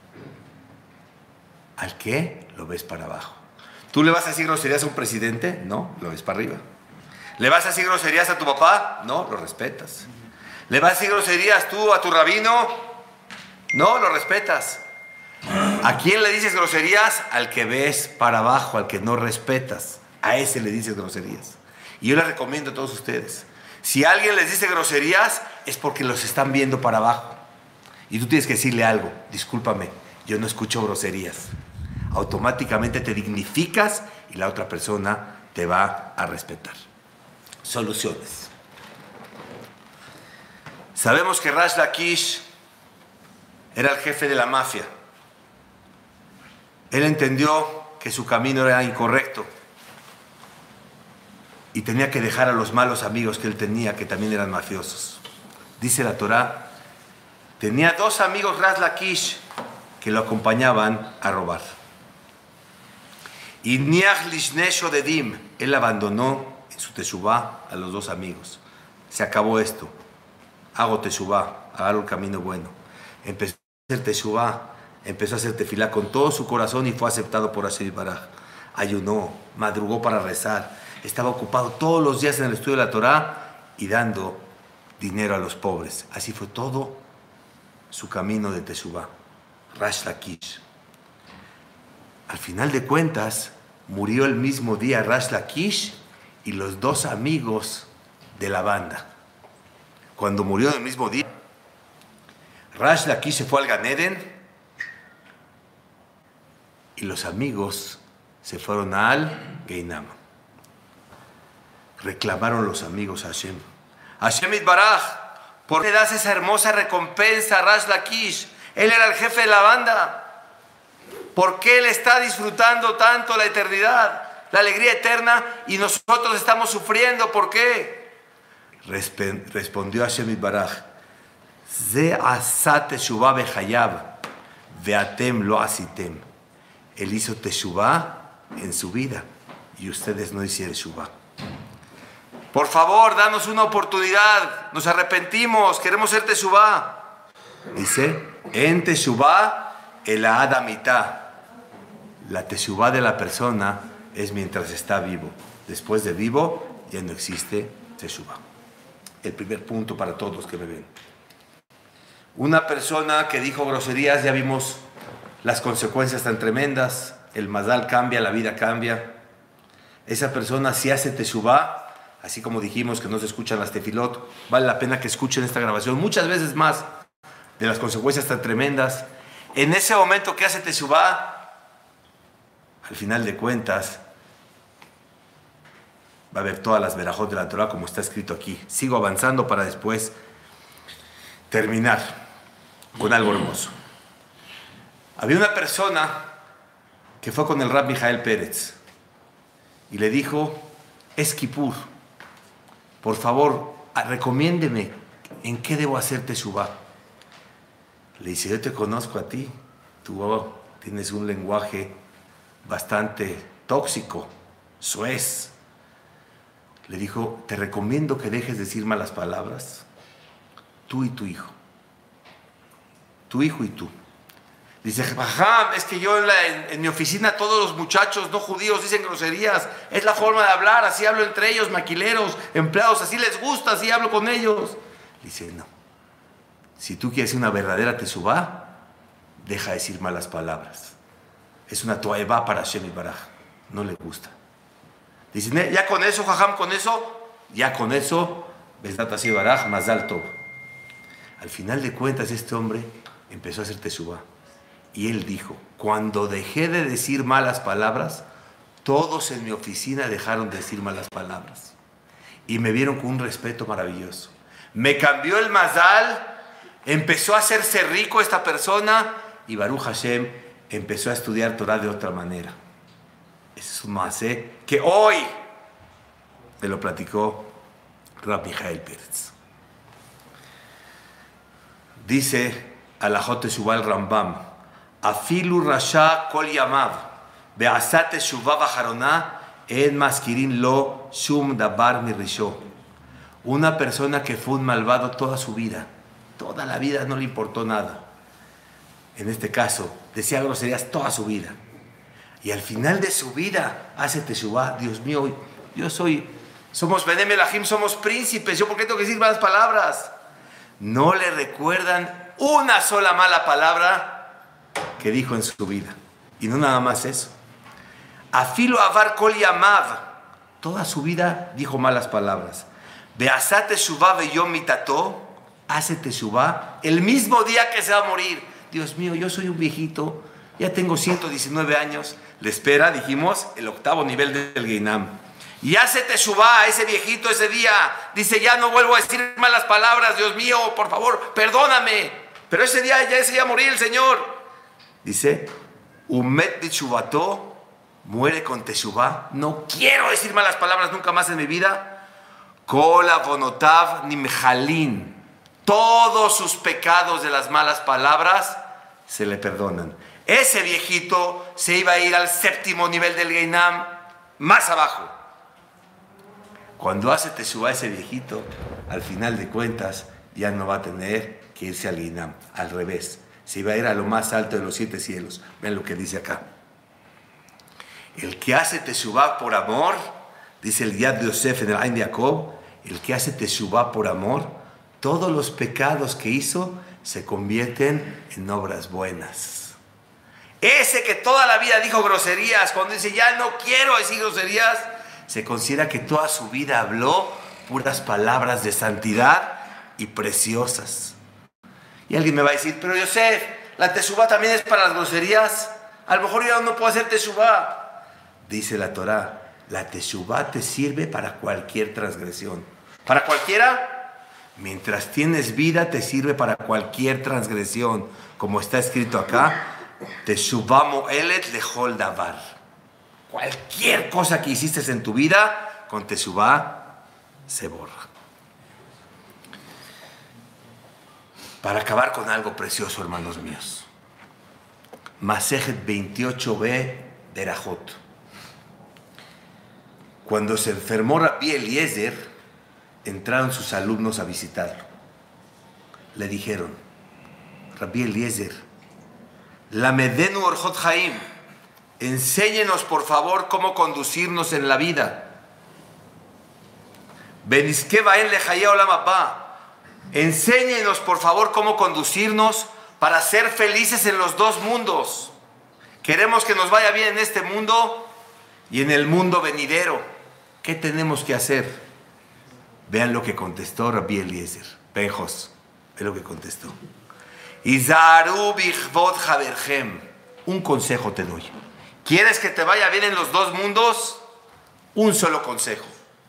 ¿Al qué? Lo ves para abajo. ¿Tú le vas a decir groserías a un presidente? No, lo ves para arriba. ¿Le vas a decir groserías a tu papá? No, lo respetas. ¿Le vas a decir groserías tú a tu rabino? No, lo respetas. ¿A quién le dices groserías? Al que ves para abajo, al que no respetas. A ese le dices groserías. Y yo les recomiendo a todos ustedes, si alguien les dice groserías, es porque los están viendo para abajo. Y tú tienes que decirle algo, discúlpame, yo no escucho groserías. Automáticamente te dignificas y la otra persona te va a respetar. Soluciones. Sabemos que Rash Lakish era el jefe de la mafia. Él entendió que su camino era incorrecto y tenía que dejar a los malos amigos que él tenía, que también eran mafiosos. Dice la Torá, tenía 2 amigos Rash Lakish que lo acompañaban a robar. Y Niach Lishnesho Dedim, él abandonó en su teshuvá a los 2 amigos. Se acabó esto. Hago teshuvá, hago el camino bueno. Empezó a hacer teshuvá, empezó a hacer tefilá con todo su corazón y fue aceptado por Hashem Baraj. Ayunó, madrugó para rezar, estaba ocupado todos los días en el estudio de la Torá y dando dinero a los pobres. Así fue todo su camino de teshuvá. Rash Lakish. Al final de cuentas, murió el mismo día Rash Lakish y los 2 amigos de la banda. Cuando murió el mismo día, Rash Lakish se fue al Gan Eden y los amigos se fueron al Geinam. Reclamaron los amigos a Hashem. Hashem Itbaraj, ¿por qué le das esa hermosa recompensa a Rash Lakish? Él era el jefe de la banda. ¿Por qué él está disfrutando tanto la eternidad, la alegría eterna, y nosotros estamos sufriendo? ¿Por qué? Respondió Hashem Itbaraj, Ze asat teshuvah bechayab, veatem lo asitem. Él hizo teshuvah en su vida y ustedes no hicieron teshuvah. Por favor, danos una oportunidad. Nos arrepentimos, queremos hacer teshuvah. Dice, en teshuvah el adamitá. La teshuvah de la persona es mientras está vivo. Después de vivo ya no existe teshuvah. El primer punto para todos que me ven. Una persona que dijo groserías, ya vimos las consecuencias tan tremendas. El mazal cambia, la vida cambia. Esa persona si hace teshuvah, así como dijimos que no se escuchan las tefilot, vale la pena que escuchen esta grabación muchas veces más de las consecuencias tan tremendas. En ese momento que hace teshuvah, al final de cuentas, va a haber todas las verajot de la Torah como está escrito aquí. Sigo avanzando para después terminar con algo hermoso. Había una persona que fue con el Rab Mijael Pérez y le dijo, es Kipur, por favor, recomiéndeme en qué debo hacer teshuvah. Le dice, yo te conozco a ti, tú tienes un lenguaje bastante tóxico, soez. Le dijo, te recomiendo que dejes de decir malas palabras, tú y tu hijo. Tu hijo y tú. Dice, Jajam, es que yo en mi oficina todos los muchachos no judíos dicen groserías, es la forma de hablar, así hablo entre ellos, maquileros, empleados, así les gusta, así hablo con ellos. Dice, no, Si tú quieres una verdadera teshuvá, deja de decir malas palabras. Es una toaevá para Hashem Yitbaraj. No le gusta. Dicen, ya con eso, jajam, con eso, ya con eso, Bezdat Hashem Yitbaraj, Mazal Tov. Al final de cuentas, este hombre empezó a hacer teshuvá. Y él dijo, cuando dejé de decir malas palabras, todos en mi oficina dejaron de decir malas palabras. Y me vieron con un respeto maravilloso. Me cambió el mazal, empezó a hacerse rico esta persona y Baruch Hashem empezó a estudiar Torah de otra manera. Ese es un maasé que hoy me lo platicó Rab Mijael Pérez. Dice Alajot Teshuvah el Rambam, Afilu Rasha Kol Yamav, Be'asat Teshuvah Bajaroná, En Maskirin Lo Shum Dabar Mirisho. Una persona que fue un malvado toda su vida, toda la vida no le importó nada. En este caso, decía groserías toda su vida. Y al final de su vida hace teshuvah. Dios mío, somos Bené Melahim, somos príncipes. ¿Yo por qué tengo que decir malas palabras? No le recuerdan una sola mala palabra que dijo en su vida. Y no nada más eso. Afilo Avar Kol Yamav. Toda su vida dijo malas palabras. Be'asat teshuvah beyom mitato. Hace teshuvah el mismo día que se va a morir. Dios mío, yo soy un viejito, ya tengo 119 años. Le espera, dijimos, el 8º nivel del Geinam. Y hace teshuvah a ese viejito ese día. Dice, ya no vuelvo a decir malas palabras. Dios mío, por favor, perdóname. Pero ese día ya se iba a morir el Señor. Dice, Umet Bichubato, muere con teshuvah. No quiero decir malas palabras nunca más en mi vida. Kol avonotav nimjalin. Todos sus pecados de las malas palabras se le perdonan. Ese viejito se iba a ir al 7º nivel del Geinam, más abajo. Cuando hace teshuvah ese viejito, al final de cuentas, ya no va a tener que irse al Geinam. Al revés, se iba a ir a lo más alto de los 7 cielos. Ven lo que dice acá. El que hace teshuvah por amor, dice el Yad Yosef en el Ain de Jacob, el que hace teshuvah por amor, todos los pecados que hizo se convierten en obras buenas. Ese que toda la vida dijo groserías, cuando dice ya no quiero decir groserías, se considera que toda su vida habló puras palabras de santidad y preciosas. Y alguien me va a decir, pero Yosef, la teshuvah también es para las groserías. A lo mejor yo no puedo hacer teshuvah. Dice la Torah, la teshuvah te sirve para cualquier transgresión. ¿Para cualquiera? Mientras tienes vida, te sirve para cualquier transgresión. Como está escrito acá, teshuvah mo'elet lechol davar. Cualquier cosa que hiciste en tu vida, con teshuvah se borra. Para acabar con algo precioso, hermanos míos. Masejet 28b de Erajot. Cuando se enfermó Rabbi Eliezer, entraron sus alumnos a visitarlo. Le dijeron, Rabbi Eliezer, Lamedenu Orjot Haim, enséñenos por favor cómo conducirnos en la vida. Benizke Baen Lejaya Olam Haba, enséñenos por favor cómo conducirnos para ser felices en los dos mundos. Queremos que nos vaya bien en este mundo y en el mundo venidero. ¿Qué tenemos que hacer? Vean lo que contestó Rabbi Eliezer. Pejos, ve lo que contestó. Izaru bichvod haberhem. Un consejo te doy. ¿Quieres que te vaya bien en los dos mundos? Un solo consejo.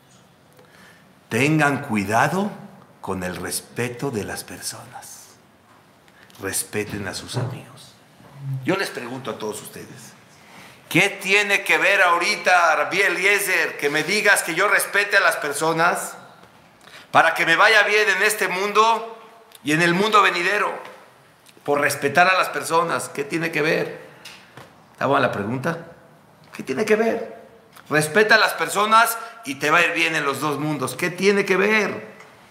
Tengan cuidado con el respeto de las personas. Respeten a sus amigos. Yo les pregunto a todos ustedes, ¿qué tiene que ver ahorita, Rabbi Eliezer, que me digas que yo respete a las personas para que me vaya bien en este mundo y en el mundo venidero? Por respetar a las personas, ¿qué tiene que ver? ¿Está buena la pregunta? ¿Qué tiene que ver? Respeta a las personas y te va a ir bien en los dos mundos. ¿Qué tiene que ver?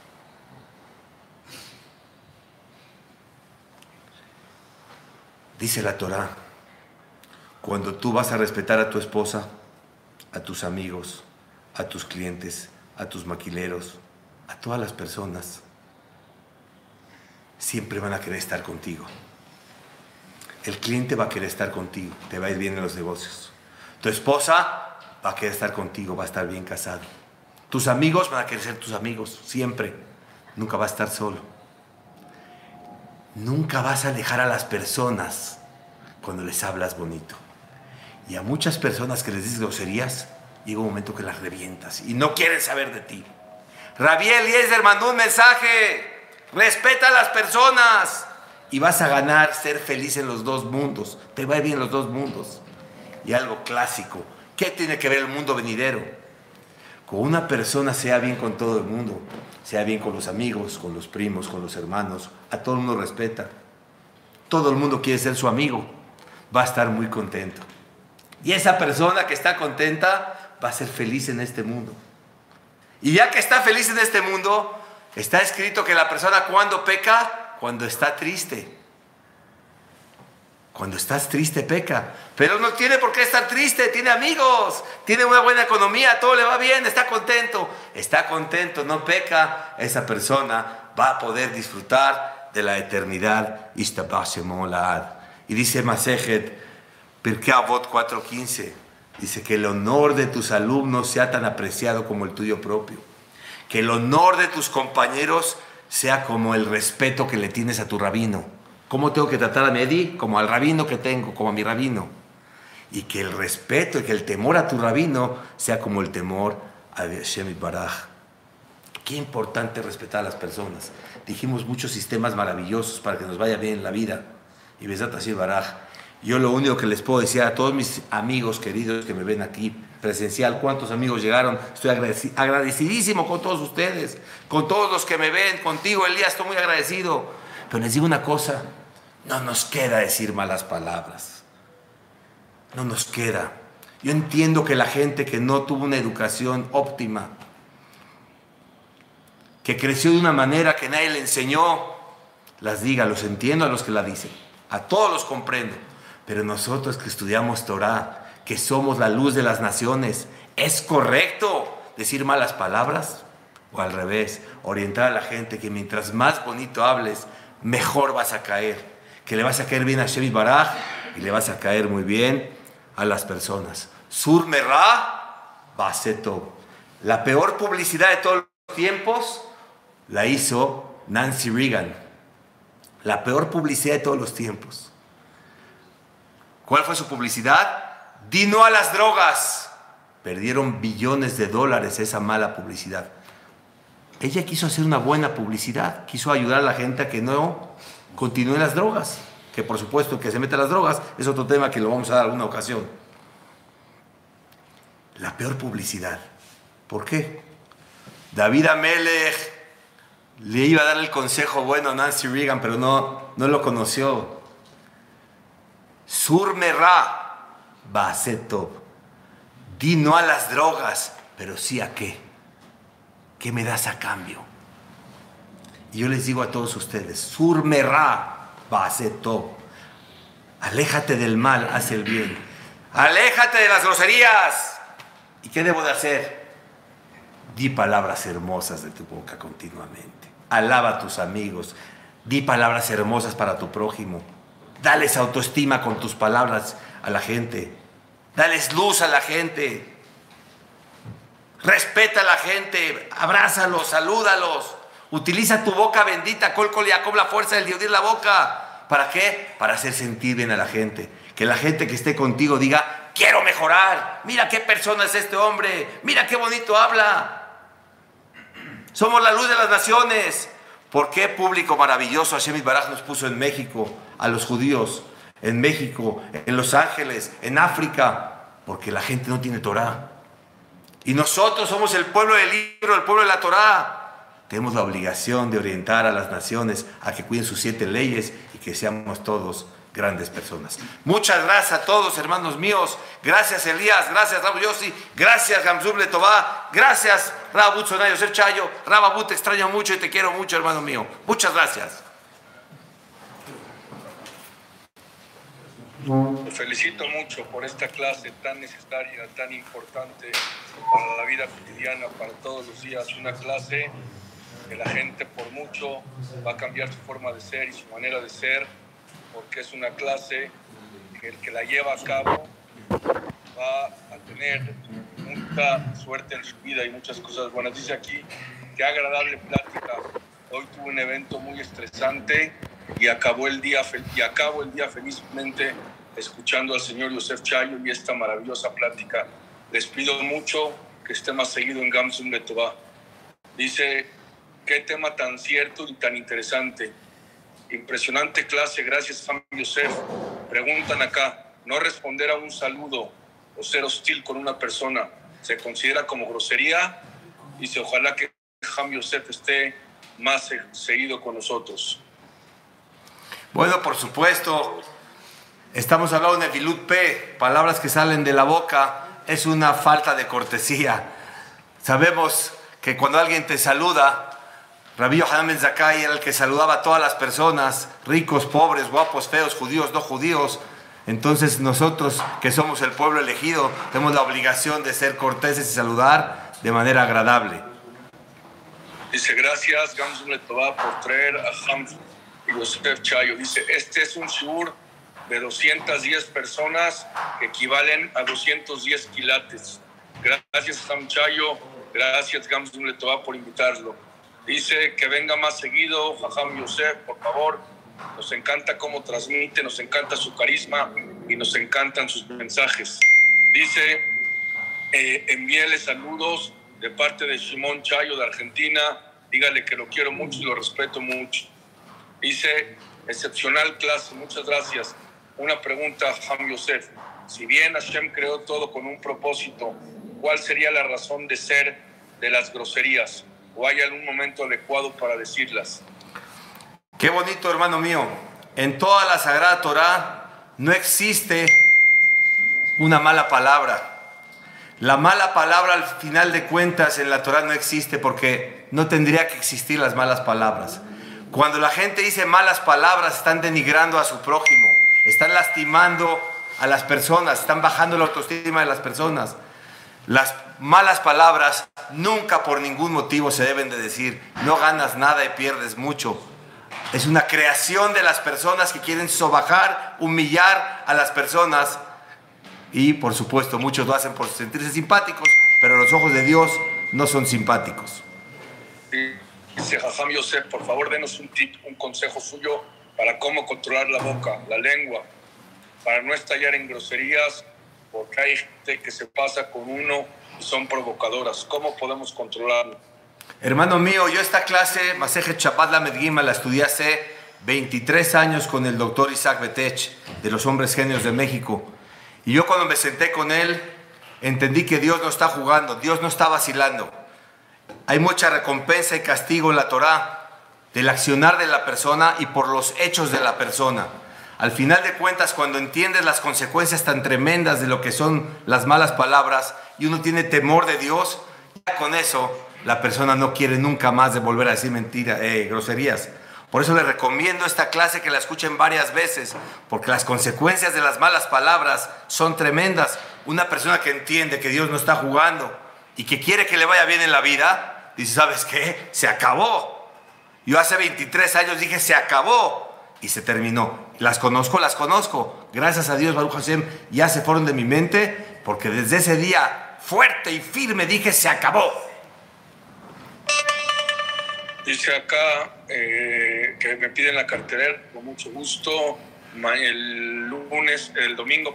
Dice la Torah, cuando tú vas a respetar a tu esposa, a tus amigos, a tus clientes, a tus maquileros, a todas las personas, siempre van a querer estar contigo. El cliente va a querer estar contigo, te va a ir bien en los negocios. Tu esposa va a querer estar contigo, va a estar bien casado. Tus amigos van a querer ser tus amigos, siempre. Nunca vas a estar solo. Nunca vas a alejar a las personas cuando les hablas bonito. Y a muchas personas que les dices groserías, llega un momento que las revientas y no quieren saber de ti. Rabbi Eliezer mandó un mensaje: respeta a las personas y vas a ganar ser feliz en los dos mundos. Te va a ir bien en los dos mundos. Y algo clásico, ¿qué tiene que ver el mundo venidero? Con una persona sea bien con todo el mundo, sea bien con los amigos, con los primos, con los hermanos, a todo el mundo respeta. Todo el mundo quiere ser su amigo, va a estar muy contento. Y esa persona que está contenta va a ser feliz en este mundo. Y ya que está feliz en este mundo, está escrito que la persona cuando peca, cuando está triste. Cuando estás triste peca, pero no tiene por qué estar triste, tiene amigos, tiene una buena economía, todo le va bien, está contento, no peca. Esa persona va a poder disfrutar de la eternidad. Y dice Masejet Pirkei Avot 4:15, dice que el honor de tus alumnos sea tan apreciado como el tuyo propio, que el honor de tus compañeros sea como el respeto que le tienes a tu rabino. ¿Cómo tengo que tratar a Medi? Como al rabino que tengo, como a mi rabino. Y que el respeto y que el temor a tu rabino sea como el temor a Hashem Baraj. Qué importante respetar a las personas. Dijimos muchos sistemas maravillosos para que nos vaya bien en la vida. Y Besat Hashem Baraj. Yo lo único que les puedo decir a todos mis amigos queridos que me ven aquí presencial, ¿cuántos amigos llegaron? Estoy agradecidísimo con todos ustedes, con todos los que me ven, contigo Elías, estoy muy agradecido. Pero les digo una cosa, no nos queda decir malas palabras. No nos queda. Yo entiendo que la gente que no tuvo una educación óptima, que creció de una manera que nadie le enseñó, las diga, los entiendo a los que la dicen, a todos los comprendo. Pero nosotros que estudiamos Torah, que somos la luz de las naciones, ¿es correcto decir malas palabras? O al revés, orientar a la gente que mientras más bonito hables, mejor vas a caer. Que le vas a caer bien a Hashem Baraj y le vas a caer muy bien a las personas. Sur Merah Baseto. La peor publicidad de todos los tiempos la hizo Nancy Reagan. La peor publicidad de todos los tiempos. ¿Cuál fue su publicidad? Di no a las drogas. Perdieron billones de dólares esa mala publicidad. Ella quiso hacer una buena publicidad, quiso ayudar a la gente a que no continúen las drogas, que por supuesto que se mete a las drogas es otro tema que lo vamos a dar alguna ocasión. La peor publicidad. ¿Por qué? David Amelech le iba a dar el consejo bueno a Nancy Reagan, pero no lo conoció. Sur Merah Basetov. Di no a las drogas, pero sí a qué. ¿Qué me das a cambio? Y yo les digo a todos ustedes, Sur Merah Basetov. Aléjate del mal, haz el bien. Aléjate de las groserías. ¿Y qué debo de hacer? Di palabras hermosas de tu boca continuamente. Alaba a tus amigos. Di palabras hermosas para tu prójimo. Dales autoestima con tus palabras a la gente. Dales luz a la gente. Respeta a la gente. Abrázalos, salúdalos. Utiliza tu boca bendita, Kol Kol Yaakov, la fuerza del Dios de la boca. ¿Para qué? Para hacer sentir bien a la gente. Que la gente que esté contigo diga, quiero mejorar. Mira qué persona es este hombre. Mira qué bonito habla. Somos la luz de las naciones. ¿Por qué público maravilloso Hashem Baraj nos puso en México, a los judíos, en México, en Los Ángeles, en África? Porque la gente no tiene Torah. Y nosotros somos el pueblo del libro, el pueblo de la Torah. Tenemos la obligación de orientar a las naciones a que cuiden sus 7 leyes y que seamos todos grandes personas. Muchas gracias a todos, hermanos míos. Gracias, Elías. Gracias, Rabu Yossi. Gracias, Gamzub Letová. Gracias, Rabut Sonay Yosef Chayo. Rababut, te extraño mucho y te quiero mucho, hermano mío. Muchas gracias. Los felicito mucho por esta clase tan necesaria, tan importante para la vida cotidiana, para todos los días. Una clase que la gente por mucho va a cambiar su forma de ser y su manera de ser, porque es una clase que el que la lleva a cabo va a tener mucha suerte en su vida y muchas cosas buenas. Dice aquí, qué agradable plática. Hoy tuve un evento muy estresante y acabo el día felizmente escuchando al señor Yosef Chayo y esta maravillosa plática. Les pido mucho que esté más seguido en Gamsum Letová. Dice, qué tema tan cierto y tan interesante. Impresionante clase, gracias Ham Yosef. Preguntan acá, no responder a un saludo o ser hostil con una persona, ¿se considera como grosería? Dice, ojalá que Ham Yosef esté más seguido con nosotros. Bueno, por supuesto, estamos hablando de Nevilut P, palabras que salen de la boca, es una falta de cortesía. Sabemos que cuando alguien te saluda, Rabbi Yohanan ben Zakkai era el que saludaba a todas las personas, ricos, pobres, guapos, feos, judíos, no judíos. Entonces nosotros, que somos el pueblo elegido, tenemos la obligación de ser corteses y saludar de manera agradable. Dice, gracias, Gamsum Letová, por traer a Ham Yosef Chayo. Dice, este es un shur de 210 personas que equivalen a 210 quilates. Gracias, Ham Chayo. Gracias, Gamsum Letová, por invitarlo. Dice que venga más seguido, Jajam Yosef, por favor. Nos encanta cómo transmite, nos encanta su carisma y nos encantan sus mensajes. Dice, envíele saludos de parte de Shimon Chayo de Argentina. Dígale que lo quiero mucho y lo respeto mucho. Dice, excepcional clase, muchas gracias. Una pregunta, Ham Yosef. Si bien Hashem creó todo con un propósito, ¿cuál sería la razón de ser de las groserías? ¿O hay algún momento adecuado para decirlas? Qué bonito, hermano mío. En toda la Sagrada Torah no existe una mala palabra. La mala palabra, al final de cuentas, en la Torah no existe porque no tendría que existir las malas palabras. Cuando la gente dice malas palabras, están denigrando a su prójimo, están lastimando a las personas, están bajando la autoestima de las personas. Las malas palabras nunca por ningún motivo se deben de decir. No ganas nada y pierdes mucho. Es una creación de las personas que quieren sobajar, humillar a las personas. Y por supuesto muchos lo hacen por sentirse simpáticos, pero a los ojos de Dios no son simpáticos. Dice Jajam Yosef, por favor denos un tip, un consejo suyo para cómo controlar la boca, la lengua, para no estallar en groserías, porque hay gente que se pasa con uno y son provocadoras. ¿Cómo podemos controlarlo? Hermano mío, yo esta clase, Masejet Shabbat Lamed Gimel, la estudié hace 23 años con el doctor Isaac Betech, de los Hombres Genios de México. Y yo cuando me senté con él, entendí que Dios no está jugando, Dios no está vacilando. Hay mucha recompensa y castigo en la Torah del accionar de la persona y por los hechos de la persona. Al final de cuentas, cuando entiendes las consecuencias tan tremendas de lo que son las malas palabras y uno tiene temor de Dios, ya con eso la persona no quiere nunca más de volver a decir mentiras, groserías. Por eso les recomiendo esta clase que la escuchen varias veces, porque las consecuencias de las malas palabras son tremendas. Una persona que entiende que Dios no está jugando y que quiere que le vaya bien en la vida, dice, ¿sabes qué? Se acabó. Yo hace 23 años dije, se acabó, y se terminó. Las conozco. Gracias a Dios, Baruch Hashem, ya se fueron de mi mente, porque desde ese día, fuerte y firme, dije, se acabó. Dice acá que me piden la cartelera, con mucho gusto. El domingo,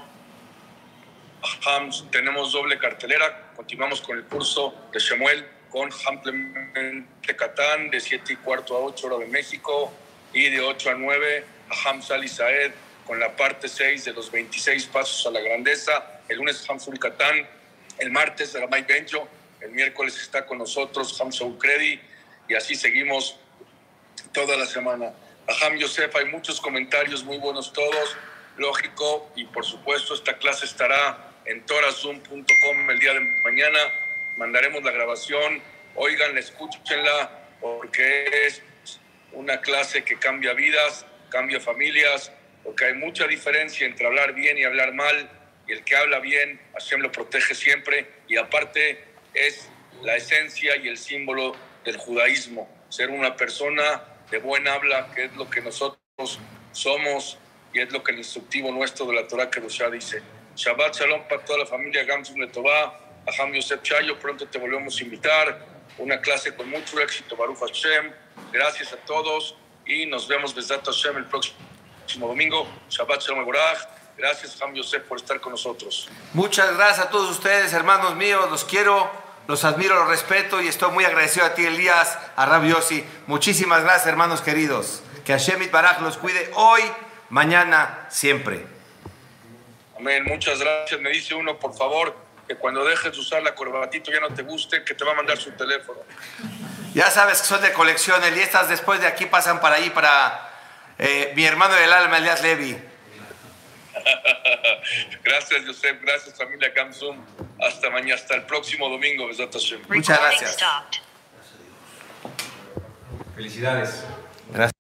tenemos doble cartelera. Continuamos con el curso de Shemuel con Hamplemente Catán de 7:15 a 8 hora de México y de 8 a 9 a Hamzal y Saed con la parte 6 de los 26 pasos a la grandeza. El lunes Hamzul Catán, el martes Ramay Benjo, el miércoles está con nosotros Hamza Ukredi y así seguimos toda la semana. Ajam Yosef, hay muchos comentarios muy buenos todos, lógico, y por supuesto esta clase estará en torazoom.com el día de mañana. Mandaremos la grabación, óiganla, escúchenla, porque es una clase que cambia vidas, cambia familias, porque hay mucha diferencia entre hablar bien y hablar mal, y el que habla bien, Hashem lo protege siempre, y aparte es la esencia y el símbolo del judaísmo, ser una persona de buen habla, que es lo que nosotros somos y es lo que el instructivo nuestro de la Torah Kedoshá dice. Shabbat Shalom para toda la familia Gamsum Letová, Aham Yosef Chayo, pronto te volvemos a invitar, una clase con mucho éxito, Baruch Hashem. Gracias a todos y nos vemos Bezat Hashem el próximo domingo. Shabbat Shalom Boraj. Gracias, Aham Yosef, por estar con nosotros. Muchas gracias a todos ustedes, hermanos míos, los quiero, los admiro, los respeto y estoy muy agradecido a ti, Elías, a Rabbi Yossi. Muchísimas gracias, hermanos queridos. Que Hashem Yitbaraj los cuide hoy, mañana, siempre. Amén, muchas gracias. Me dice uno, por favor, que cuando dejes de usar la corbatito ya no te guste, que te va a mandar su teléfono. Ya sabes que son de colección, y estas después de aquí pasan para ahí, para mi hermano del alma, Elías Levi. Gracias, Yosef. Gracias, familia Gamsum. Hasta mañana, hasta el próximo domingo. Muchas gracias. Felicidades. Gracias.